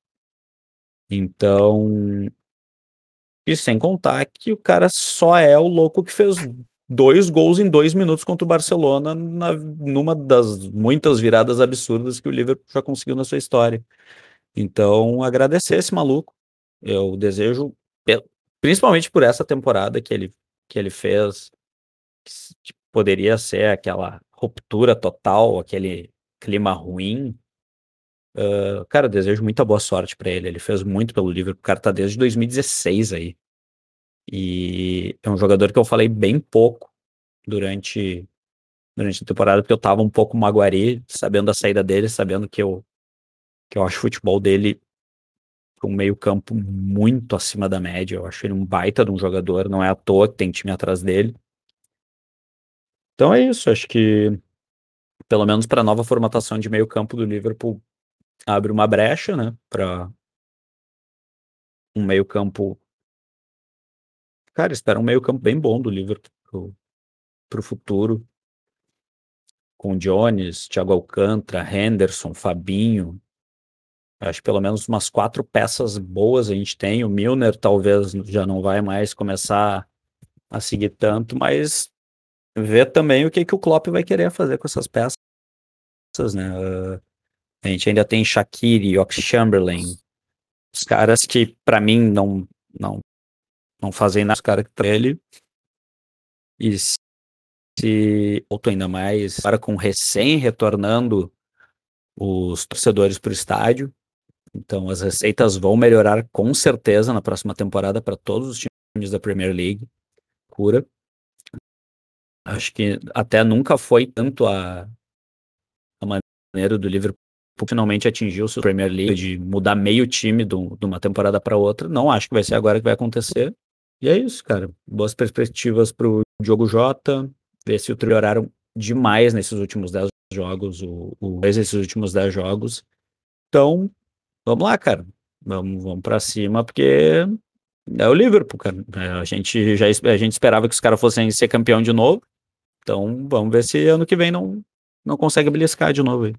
Então, e sem contar que o cara só é o louco que fez 2 gols em 2 minutos contra o Barcelona numa das muitas viradas absurdas que o Liverpool já conseguiu na sua história. Então, agradecer esse maluco. Eu desejo, principalmente por essa temporada que ele fez, que poderia ser aquela ruptura total, aquele clima ruim. Cara, eu desejo muita boa sorte pra ele. Ele fez muito pelo Liverpool. O cara tá desde 2016 aí. E é um jogador que eu falei bem pouco durante a temporada, porque eu tava um pouco magoari, sabendo da saída dele, sabendo que eu acho o futebol dele um meio-campo muito acima da média. Eu acho ele um baita de um jogador, não é à toa que tem time atrás dele. Então é isso, acho que pelo menos para a nova formatação de meio-campo do Liverpool abre uma brecha, né, para um meio-campo. Cara, espera um meio-campo bem bom do Liverpool pro futuro, com Jones, Thiago Alcântara, Henderson, Fabinho. Acho que pelo menos umas 4 peças boas a gente tem. O Milner talvez já não vai mais começar a seguir tanto, mas ver também o que o Klopp vai querer fazer com essas peças, né? A gente ainda tem Shaqiri, Oxlade-Chamberlain, os caras que para mim não fazem nada, os caras que ele. E se outro ainda mais, agora com recém retornando os torcedores para o estádio, então as receitas vão melhorar com certeza na próxima temporada para todos os times da Premier League. Cura. Acho que até nunca foi tanto a maneira do Liverpool finalmente atingir o seu Premier League, de mudar meio time de uma temporada para outra. Não acho que vai ser agora que vai acontecer. E é isso, cara. Boas perspectivas pro Diogo Jota, ver se o trio melhoraram demais nesses últimos 10 jogos, nesses últimos 10 jogos. Então, vamos lá, cara. Vamos para cima, porque é o Liverpool, cara. A gente esperava que os caras fossem ser campeão de novo. Então, vamos ver se ano que vem não consegue beliscar de novo aí.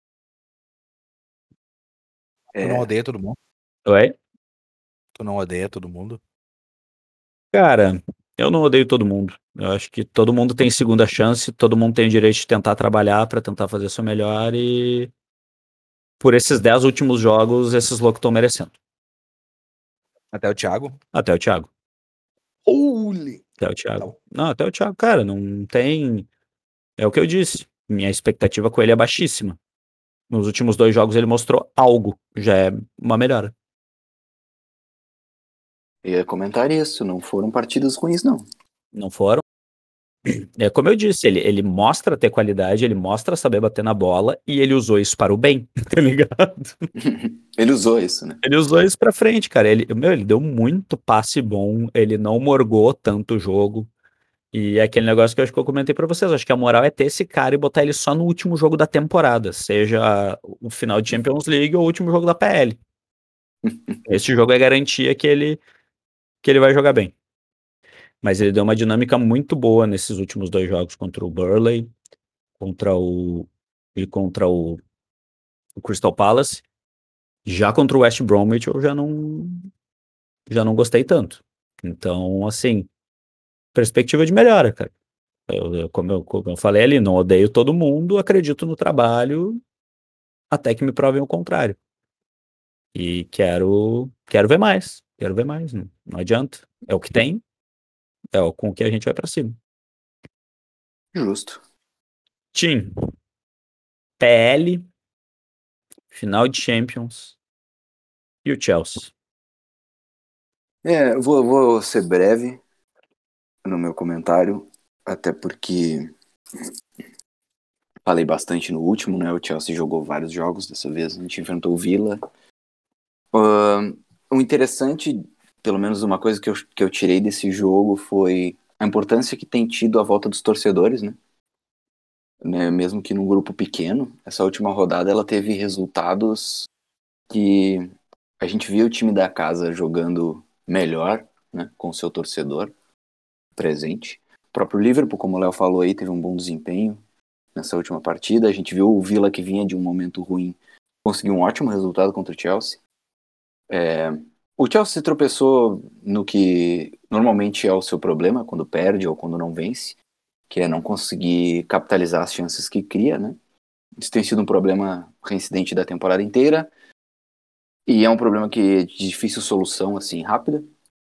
Tu não odeia todo mundo? Oi? Tu não odeia todo mundo? Cara, eu não odeio todo mundo. Eu acho que todo mundo tem segunda chance, todo mundo tem o direito de tentar trabalhar pra tentar fazer o seu melhor e por esses 10 últimos jogos, esses loucos estão merecendo. Até o Thiago? Até o Thiago. Holy! Até o Thiago. Não, até o Thiago, cara, não tem. É o que eu disse. Minha expectativa com ele é baixíssima. Nos últimos 2 jogos ele mostrou algo. Já é uma melhora. Eu ia comentar isso, não foram partidas ruins, não. Não foram? É como eu disse, ele mostra ter qualidade, ele mostra saber bater na bola e ele usou isso para o bem, tá ligado? Ele usou isso, né? Ele usou isso pra frente, cara. Ele deu muito passe bom, ele não morgou tanto o jogo. E é aquele negócio que eu acho que eu comentei pra vocês. Acho que a moral é ter esse cara e botar ele só no último jogo da temporada, seja o final de Champions League ou o último jogo da PL. Esse jogo é garantia que ele vai jogar bem. Mas ele deu uma dinâmica muito boa nesses últimos 2 jogos contra o Burnley, contra o Crystal Palace. Já contra o West Bromwich eu já não gostei tanto. Então, assim, perspectiva de melhora, cara. Como eu falei ali, não odeio todo mundo, acredito no trabalho até que me provem o contrário. E quero ver mais. Quero ver mais, não adianta. É o que tem, com o que a gente vai pra cima. Justo. Tim, PL, final de Champions e o Chelsea. Eu vou ser breve no meu comentário, até porque falei bastante no último, né? O Chelsea jogou vários jogos dessa vez, a gente enfrentou o Villa. O interessante, pelo menos uma coisa que eu tirei desse jogo foi a importância que tem tido a volta dos torcedores, né? Mesmo que num grupo pequeno, essa última rodada ela teve resultados que a gente viu o time da casa jogando melhor, né, com o seu torcedor presente. O próprio Liverpool, como o Léo falou aí, teve um bom desempenho nessa última partida. A gente viu o Villa, que vinha de um momento ruim, conseguir um ótimo resultado contra o Chelsea. O Chelsea tropeçou no que normalmente é o seu problema quando perde ou quando não vence, que é não conseguir capitalizar as chances que cria, né? Isso tem sido um problema reincidente da temporada inteira e é um problema que é de difícil solução, assim, rápida,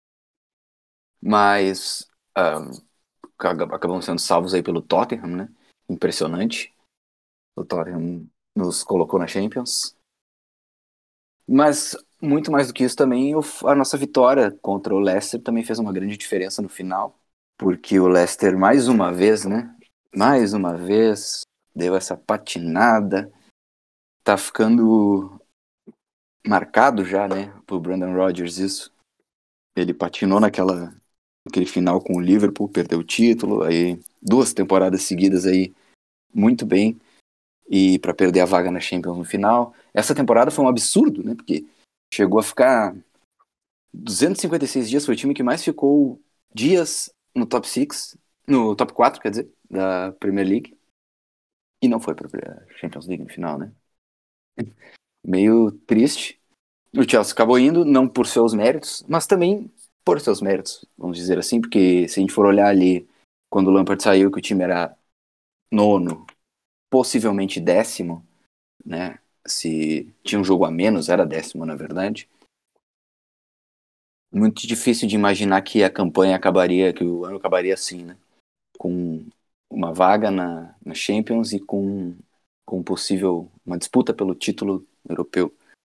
mas acabam sendo salvos aí pelo Tottenham, né? Impressionante. O Tottenham nos colocou na Champions. Mas, muito mais do que isso também, a nossa vitória contra o Leicester também fez uma grande diferença no final, porque o Leicester, mais uma vez, né? Mais uma vez, deu essa patinada. Tá ficando marcado já, né? Pro Brendan Rodgers isso. Ele patinou naquele final com o Liverpool, perdeu o título, aí 2 temporadas seguidas aí muito bem, e para perder a vaga na Champions no final. Essa temporada foi um absurdo, né? Porque chegou a ficar 256 dias, foi o time que mais ficou dias no top 6, no top 4, quer dizer, da Premier League. E não foi pra Champions League no final, né? Meio triste. O Chelsea acabou indo, não por seus méritos, mas também por seus méritos, vamos dizer assim, porque se a gente for olhar ali, quando o Lampard saiu, que o time era 9º, possivelmente 10º, né? Se tinha um jogo a menos, era 10º, na verdade. Muito difícil de imaginar que a campanha acabaria, que o ano acabaria assim, né? Com uma vaga na Champions e com possível uma disputa pelo título europeu.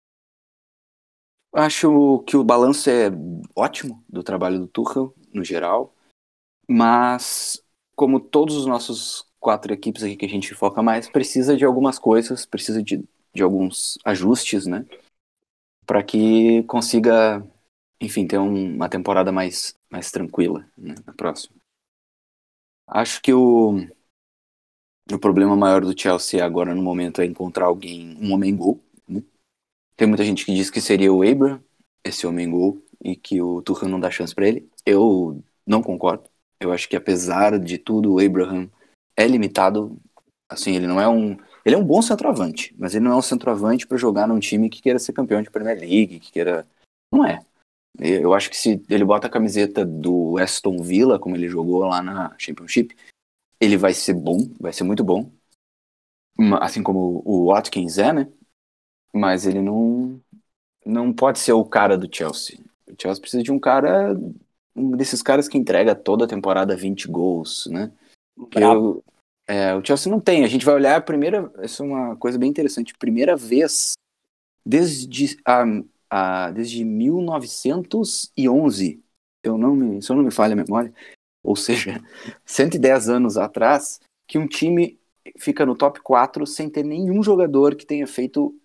Acho que o balanço é ótimo do trabalho do Tuchel, no geral, mas como todos os nossos 4 equipes aqui que a gente foca mais, precisa de algumas coisas, precisa de alguns ajustes, né? Para que consiga, enfim, ter uma temporada mais tranquila, né, na próxima. Acho que o problema maior do Chelsea agora no momento é encontrar um homem-gol, né? Tem muita gente que diz que seria o Abraham, esse homem-gol, e que o Tuchel não dá chance para ele. Eu não concordo. Eu acho que apesar de tudo, o Abraham é limitado. Assim, ele não é ele é um bom centroavante, mas ele não é um centroavante para jogar num time que queira ser campeão de Premier League, que queira... Não é. Eu acho que se ele bota a camiseta do Aston Villa, como ele jogou lá na Championship, ele vai ser bom, vai ser muito bom. Assim como o Watkins é, né? Mas ele não pode ser o cara do Chelsea. O Chelsea precisa de um desses caras que entrega toda a temporada 20 gols, né? O Chelsea não tem. A gente vai olhar essa é uma coisa bem interessante. Primeira vez desde 1911, se eu não me falha a memória, ou seja, 110 anos atrás, que um time fica no top 4 sem ter nenhum jogador que tenha feito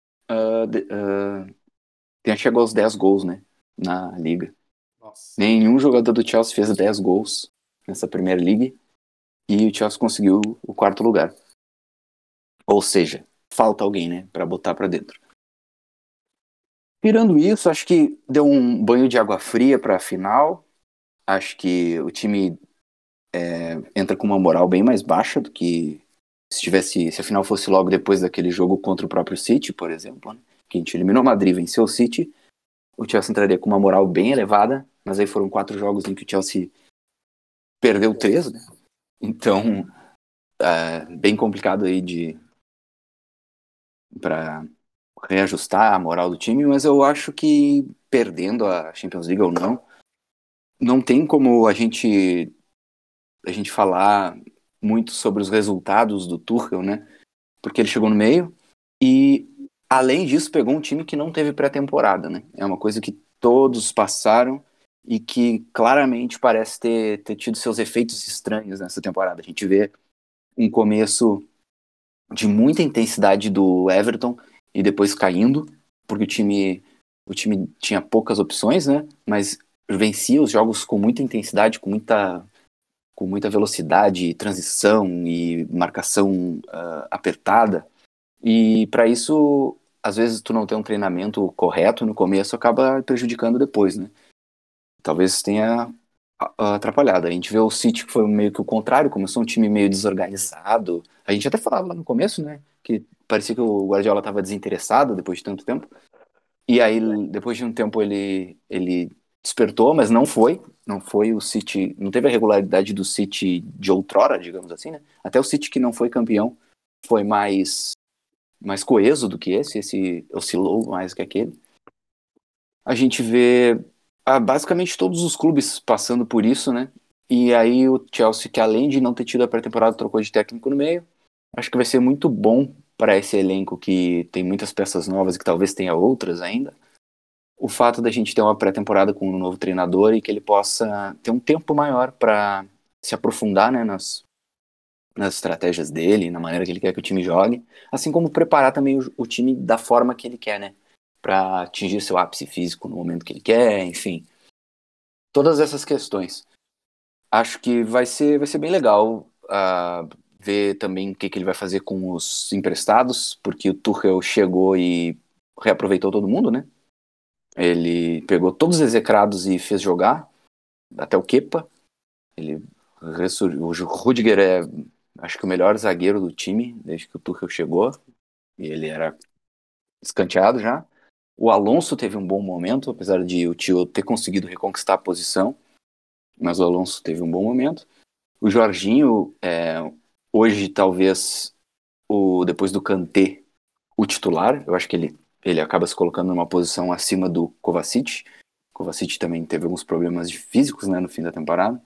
tenha chegado aos 10 gols, né, na liga. Nossa. Nenhum jogador do Chelsea fez 10 gols nessa Premier League e o Chelsea conseguiu o 4º lugar. Ou seja, falta alguém, né, para botar para dentro. Tirando isso, acho que deu um banho de água fria para a final. Acho que o time entra com uma moral bem mais baixa do que se a final fosse logo depois daquele jogo contra o próprio City, por exemplo, né? Que a gente eliminou o Madrid, venceu o City, o Chelsea entraria com uma moral bem elevada, mas aí foram 4 jogos em que o Chelsea perdeu 3, né? Então, bem complicado aí para reajustar a moral do time, mas eu acho que perdendo a Champions League ou não, não tem como a gente falar muito sobre os resultados do Tuchel, né? Porque ele chegou no meio e, além disso, pegou um time que não teve pré-temporada, né? É uma coisa que todos passaram e que claramente parece ter tido seus efeitos estranhos nessa temporada. A gente vê um começo de muita intensidade do Everton e depois caindo, porque o time tinha poucas opções, né? Mas vencia os jogos com muita intensidade, com muita velocidade, transição e marcação apertada. E para isso, às vezes tu não tem um treinamento correto no começo, acaba prejudicando depois, né? Talvez tenha atrapalhado. A gente vê o City que foi meio que o contrário, começou um time meio desorganizado. A gente até falava lá no começo, né, que parecia que o Guardiola estava desinteressado depois de tanto tempo. E aí, depois de um tempo, ele despertou, mas não foi o City, não teve a regularidade do City de outrora, digamos assim, né? Até o City que não foi campeão foi mais coeso do que esse oscilou mais que aquele. A gente vê basicamente todos os clubes passando por isso, né? E aí o Chelsea, que além de não ter tido a pré-temporada, trocou de técnico no meio. Acho que vai ser muito bom para esse elenco que tem muitas peças novas e que talvez tenha outras ainda. O fato da gente ter uma pré-temporada com um novo treinador e que ele possa ter um tempo maior para se aprofundar, né, nas estratégias dele, na maneira que ele quer que o time jogue, assim como preparar também o time da forma que ele quer, né? Para atingir seu ápice físico no momento que ele quer, enfim. Todas essas questões. Acho que vai ser bem legal ver também o que ele vai fazer com os emprestados, porque o Tuchel chegou e reaproveitou todo mundo, né? Ele pegou todos os execrados e fez jogar, até o Kepa. O Rudiger é, acho que o melhor zagueiro do time desde que o Tuchel chegou, e ele era escanteado já. O Alonso teve um bom momento, apesar de o Tio ter conseguido reconquistar a posição, mas o Alonso teve um bom momento. O Jorginho, hoje talvez, depois do Kanté, o titular. Eu acho que ele acaba se colocando numa posição acima do Kovacic. O Kovacic também teve alguns problemas físicos, né, no fim da temporada.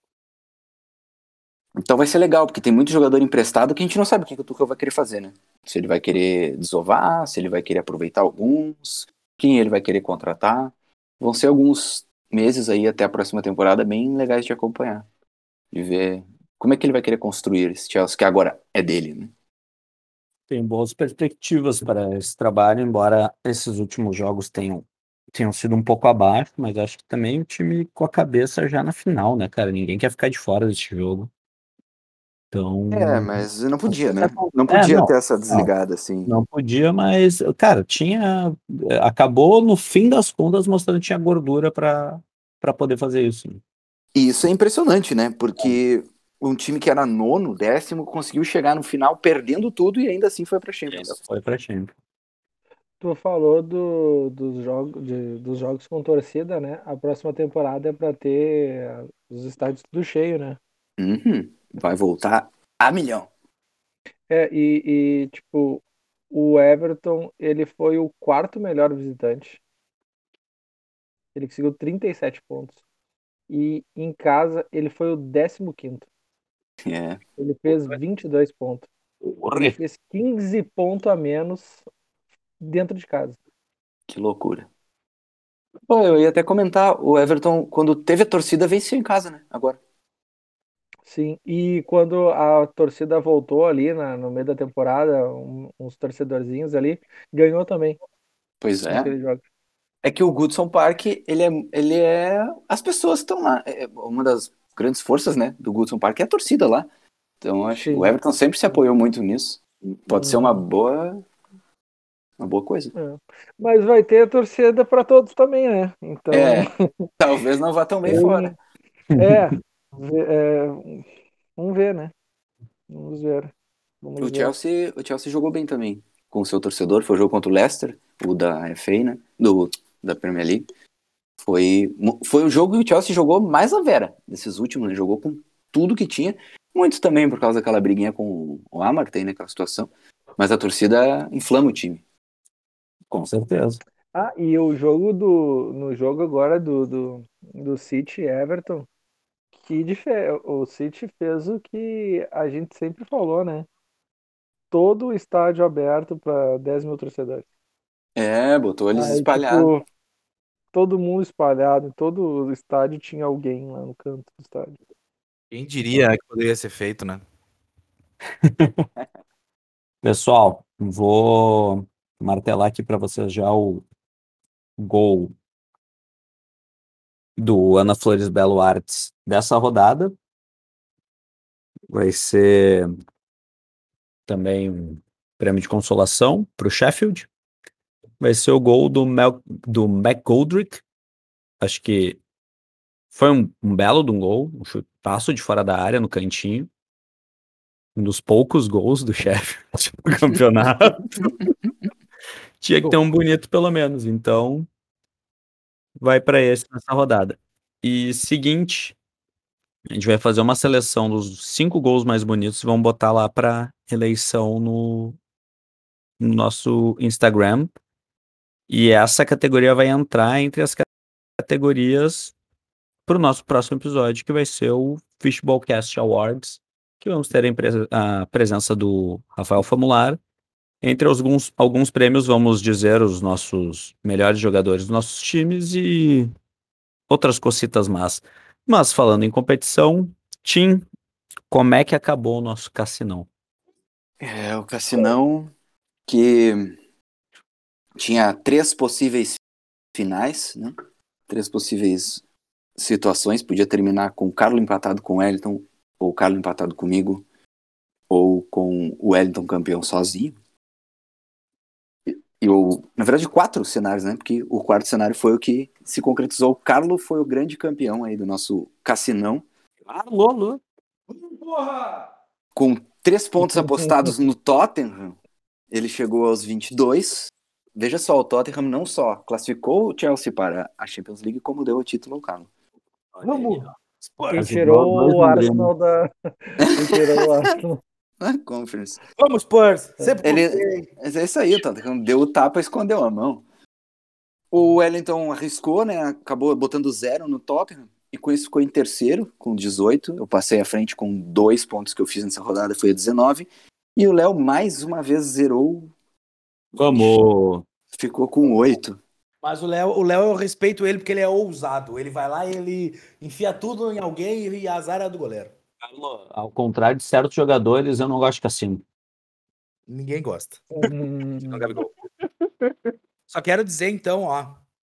Então vai ser legal, porque tem muito jogador emprestado que a gente não sabe o que o Tuchel vai querer fazer, né? Se ele vai querer desovar, se ele vai querer aproveitar alguns, quem ele vai querer contratar. Vão ser alguns meses aí até a próxima temporada bem legais de acompanhar. De ver como é que ele vai querer construir esse Chelsea, que agora é dele, né? Tem boas perspectivas para esse trabalho, embora esses últimos jogos tenham sido um pouco abaixo, mas acho que também o time com a cabeça já na final, né, cara? Ninguém quer ficar de fora desse jogo. Então. Mas não podia, né? Não podia ter essa desligada, assim. Não podia, mas, cara, acabou no fim das contas mostrando que tinha gordura para poder fazer isso. E isso é impressionante, né? Porque um time que era nono, 10º, conseguiu chegar no final perdendo tudo e ainda assim foi pra Champions. Foi pra Champions. Tu falou dos jogos com torcida, né? A próxima temporada é para ter os estádios tudo cheio, né? Uhum. Vai voltar a milhão. Tipo, o Everton, ele foi o quarto melhor visitante. Ele conseguiu 37 pontos. E em casa, ele foi o 15º. Ele fez 22 pontos. Ele fez 15 pontos a menos dentro de casa. Que loucura. Pô, eu ia até comentar, o Everton, quando teve a torcida, venceu em casa, né? Agora. Sim, e quando a torcida voltou ali no meio da temporada, uns torcedorzinhos ali, ganhou também. Pois é. Naquele jogo. É que o Goodson Park, ele é as pessoas que estão lá. Uma das grandes forças, né, do Goodson Park é a torcida lá. Então, acho que o Everton sempre se apoiou muito nisso. Pode ser uma boa coisa. Mas vai ter a torcida para todos também, né? Então. Talvez não vá tão bem fora. Vamos ver, né? Vamos ver. O Chelsea jogou bem também com o seu torcedor. Foi o jogo contra o Leicester, o da FA, né? Da Premier League. Foi o jogo que o Chelsea jogou mais a vera desses últimos, né? Jogou com tudo que tinha. Muito também por causa daquela briguinha com o Amartey, né? Aquela situação. Mas a torcida inflama o time. Com certeza. Ah, e o jogo no jogo agora do City e Everton, o City fez o que a gente sempre falou, né? Todo o estádio aberto para 10 mil torcedores. Botou eles Aí, espalhados. tipo, todo mundo espalhado, em todo o estádio tinha alguém lá no canto do estádio. Quem diria que poderia ser feito, né? Pessoal, vou martelar aqui para vocês já o gol do Ana Flores Belo Artes dessa rodada. Vai ser também um prêmio de consolação para o Sheffield. Vai ser o gol do McGoldrick. Acho que foi um belo de um gol, um chutaço de fora da área no cantinho. Um dos poucos gols do Sheffield no campeonato. Tinha que ter um bonito pelo menos, então vai para esse nessa rodada. E seguinte, a gente vai fazer uma seleção dos 5 gols mais bonitos e vamos botar lá para eleição no nosso Instagram. E essa categoria vai entrar entre as categorias para o nosso próximo episódio, que vai ser o Fishballcast Awards, que vamos ter a presença do Rafael Famular. Entre alguns prêmios, vamos dizer os nossos melhores jogadores dos nossos times e outras cositas más. Mas falando em competição, Tim, como é que acabou o nosso Cassinão? O Cassinão que tinha 3 possíveis finais, né? 3 possíveis situações. Podia terminar com o Carlo empatado com o Wellington, ou o Carlo empatado comigo, ou com o Wellington campeão sozinho. Na verdade, 4 cenários, né? Porque o 4º cenário foi o que se concretizou. O Carlo foi o grande campeão aí do nosso Cassinão. Alô. Porra! Com 3 pontos apostados no Tottenham, ele chegou aos 22. Veja só, o Tottenham não só classificou o Chelsea para a Champions League, como deu o título ao Carlo. Vamos! Quem Spurs! tirou o Arsenal da. Quem tirou o Arsenal. Na Conference. Vamos, Spurs! Sempre Mas é isso aí, o Tottenham deu o tapa e escondeu a mão. O Wellington arriscou, né? Acabou botando 0 no Tottenham. E com isso ficou em terceiro, com 18. Eu passei à frente com 2 pontos que eu fiz nessa rodada, foi a 19. E o Léo mais uma vez zerou. Vamos! Ficou com 8. Mas o Léo, eu respeito ele porque ele é ousado. Ele vai lá e ele enfia tudo em alguém e a azar é do goleiro. Carlo, ao contrário de certos jogadores, eu não gosto de cassino. Ninguém gosta. Não, Gabigol. Só quero dizer então, ó.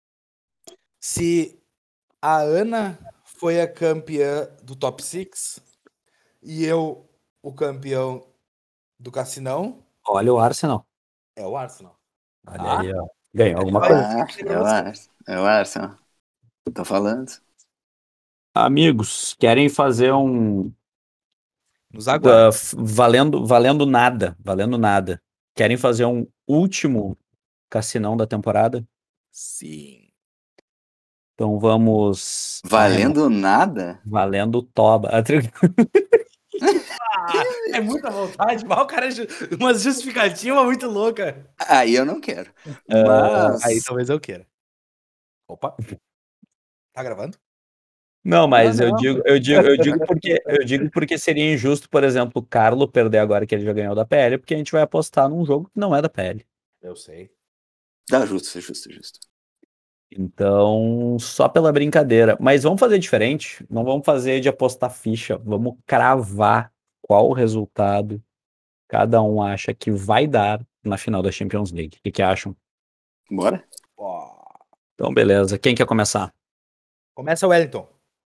Se a Ana foi a campeã do Top 6 e eu o campeão do Cassinão, Olha o Arsenal. é o Arsenal. Olha aí, ó. Ganhou alguma coisa. É o Arsenal. Tô falando. Amigos, querem fazer um Nos aguarda. valendo nada. Querem fazer um último Cassinão da temporada? Sim. Então vamos... Valendo nada? Valendo toba. É muita vontade. O cara uma justificativa muito louca. Aí eu não quero. Mas... Aí talvez eu queira. Opa. Tá gravando? Não, mas Não. eu digo porque seria injusto, por exemplo, o Carlo perder agora que ele já ganhou da PL, porque a gente vai apostar num jogo que não é da PL. Eu sei. Tá justo. Então, só pela brincadeira. Mas vamos fazer diferente. Não vamos fazer de apostar ficha. Vamos cravar qual o resultado cada um acha que vai dar na final da Champions League. O que acham? Bora? Então, beleza. Quem quer começar? Começa o Wellington.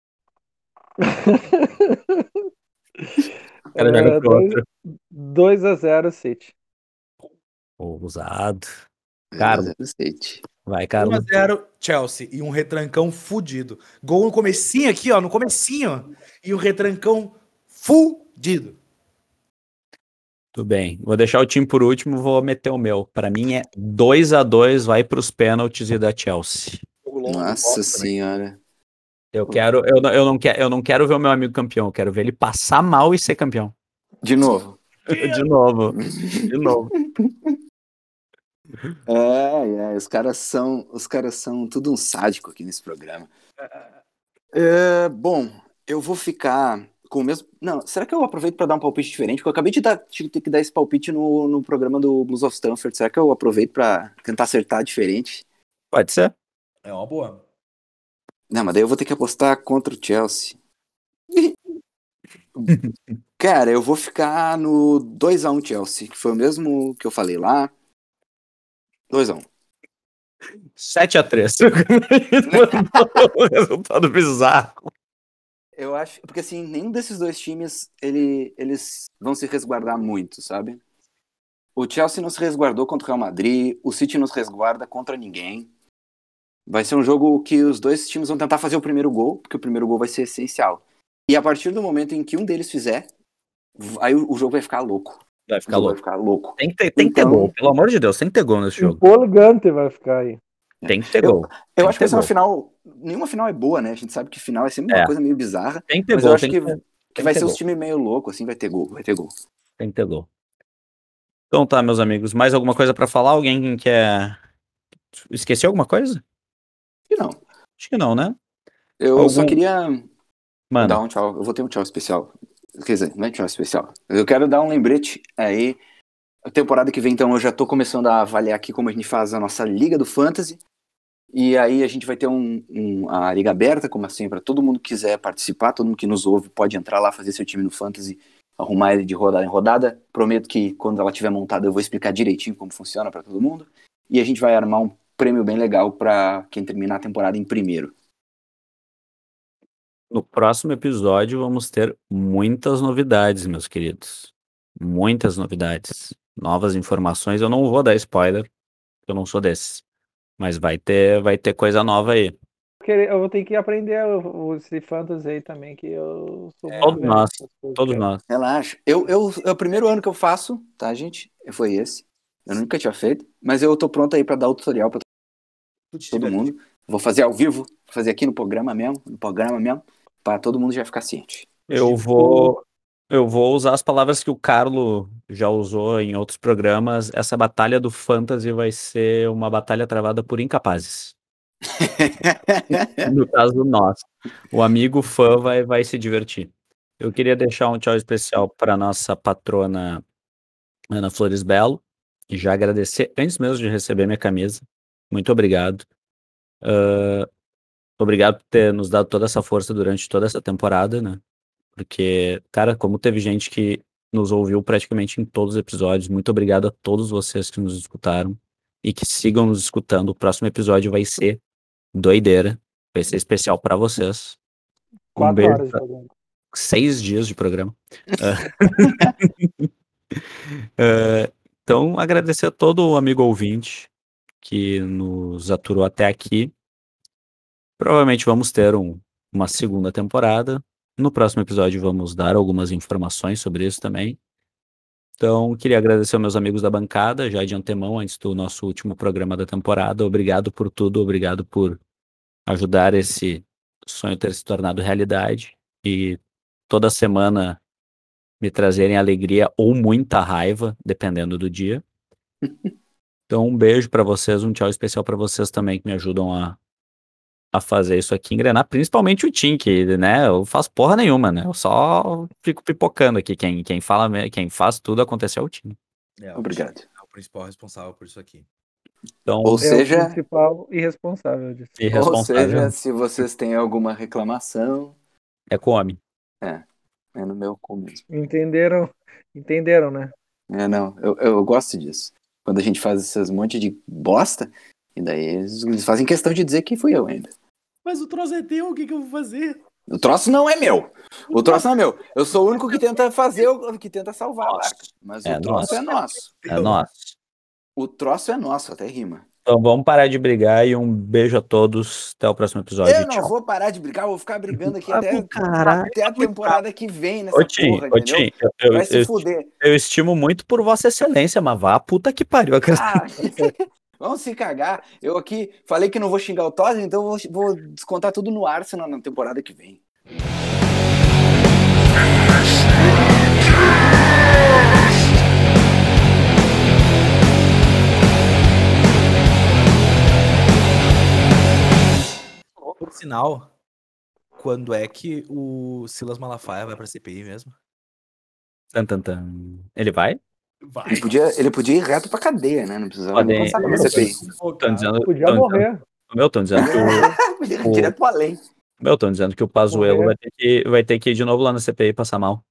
Quero jogar pro outro. 2-0 City. Ousado. Carlos. Vai, Carlos. 1-0 Chelsea e um retrancão fudido. Gol no comecinho aqui, ó, no comecinho. E um retrancão fudido. Tudo bem. Vou deixar o time por último, vou meter o meu. Para mim é 2-2, vai para os pênaltis e da Chelsea. Nossa senhora. Eu não quero ver o meu amigo campeão, eu quero ver ele passar mal e ser campeão. De novo. De novo. Os caras são tudo um sádico aqui nesse programa. Bom, eu vou ficar com o mesmo. Não, será que eu aproveito para dar um palpite diferente? Porque eu acabei de ter que dar esse palpite no programa do Blues of Stanford. Será que eu aproveito para tentar acertar diferente? Pode ser? É uma boa. Não, mas daí eu vou ter que apostar contra o Chelsea. Cara, eu vou ficar no 2-1 Chelsea, que foi o mesmo que eu falei lá. 2-1. 7-3. Resultado bizarro. Eu acho, porque assim, nenhum desses dois times, eles vão se resguardar muito, sabe? O Chelsea não se resguardou contra o Real Madrid, o City não se resguarda contra ninguém. Vai ser um jogo que os dois times vão tentar fazer o primeiro gol, porque o primeiro gol vai ser essencial. E a partir do momento em que um deles fizer, aí o jogo vai ficar louco. Vai ficar louco. Tem que ter Então, gol, pelo amor de Deus, tem que ter gol nesse jogo. Empolgante vai ficar aí. Tem que ter gol. Eu acho que vai ser uma final. Nenhuma final é boa, né? A gente sabe que final é sempre uma coisa meio bizarra. Tem que ter mas gol. Eu acho que vai ser os times meio loucos, assim, vai ter gol. Tem que ter gol. Então tá, meus amigos. Mais alguma coisa pra falar? Alguém quer. Esqueceu alguma coisa? Acho que não, né? Eu só queria Manda. dar um tchau. Eu vou ter um tchau especial. Quer dizer, não é tchau especial. Eu quero dar um lembrete aí. A temporada que vem, então, eu já tô começando a avaliar aqui como a gente faz a nossa Liga do Fantasy. E aí a gente vai ter a Liga aberta, como assim, para todo mundo que quiser participar, todo mundo que nos ouve pode entrar lá, fazer seu time no Fantasy, arrumar ele de rodada em rodada. Prometo que quando ela estiver montada eu vou explicar direitinho como funciona para todo mundo. E a gente vai armar um prêmio bem legal para quem terminar a temporada em primeiro. No próximo episódio vamos ter muitas novidades, meus queridos. Muitas novidades. Novas informações. Eu não vou dar spoiler, porque eu não sou desses. Mas vai ter coisa nova aí. Eu vou ter que aprender esse fantasy aí também, que eu sou Todos nós. Relaxa. É o primeiro ano que eu faço, tá, gente? Foi esse. Eu nunca tinha feito. Mas eu tô pronto aí pra dar o tutorial pra todo mundo. Vou fazer ao vivo, vou fazer aqui no programa mesmo, pra todo mundo já ficar ciente. Eu vou usar as palavras que o Carlo já usou em outros programas. Essa batalha do Fantasy vai ser uma batalha travada por incapazes. No caso nosso. O amigo fã vai se divertir. Eu queria deixar um tchau especial para nossa patrona Ana Flores Belo. E já agradecer, antes mesmo de receber minha camisa. Muito obrigado. Obrigado por ter nos dado toda essa força durante toda essa temporada, né? Porque, cara, como teve gente que nos ouviu praticamente em todos os episódios, muito obrigado a todos vocês que nos escutaram e que sigam nos escutando. O próximo episódio vai ser doideira, vai ser especial pra vocês. 4 horas de programa. 6 dias de programa. Então, agradecer a todo o amigo ouvinte que nos aturou até aqui. Provavelmente vamos ter uma segunda temporada. No próximo episódio vamos dar algumas informações sobre isso também. Então, queria agradecer aos meus amigos da bancada, já de antemão, antes do nosso último programa da temporada. Obrigado por tudo, obrigado por ajudar esse sonho ter se tornado realidade. E toda semana me trazerem alegria ou muita raiva, dependendo do dia. Então, um beijo pra vocês, um tchau especial pra vocês também, que me ajudam a fazer isso aqui, engrenar, principalmente o Tim, que, né, eu faço porra nenhuma, né, eu só fico pipocando aqui, quem faz tudo acontecer é o Tim. Obrigado. É o principal responsável por isso aqui. Então, Ou seja, o principal e responsável disso. Ou seja, se vocês têm alguma reclamação... É come. É no meu começo. Entenderam, né? Não, eu gosto disso. Quando a gente faz esses monte de bosta, e daí eles fazem questão de dizer que fui eu ainda. Mas o troço é teu, o que eu vou fazer? O troço não é meu. Eu sou o único que tenta que tenta salvar a barca. Mas o troço é nosso. É nosso. O troço é nosso, até rima. Então vamos parar de brigar e um beijo a todos. Até o próximo episódio. Eu não vou parar de brigar, vou ficar brigando aqui até a temporada que vem nessa porra, entendeu? Vai se fuder. Eu estimo muito por Vossa Excelência, mas vá a puta que pariu. Vamos se cagar. Eu aqui falei que não vou xingar o Todd, então vou descontar tudo no Arsenal na temporada que vem. Sinal, quando é que o Silas Malafaia vai pra CPI mesmo? Tan, tan, tan. Ele vai? Vai. Ele podia ir reto pra cadeia, né? Não precisava nem Podem- passar pela CPI. Tão dizendo, Podia tão morrer. Tão dizendo que Podia ir o- direto pro além. Tão dizendo que o Pazuello Morrer. vai ter que ir de novo lá na CPI passar mal.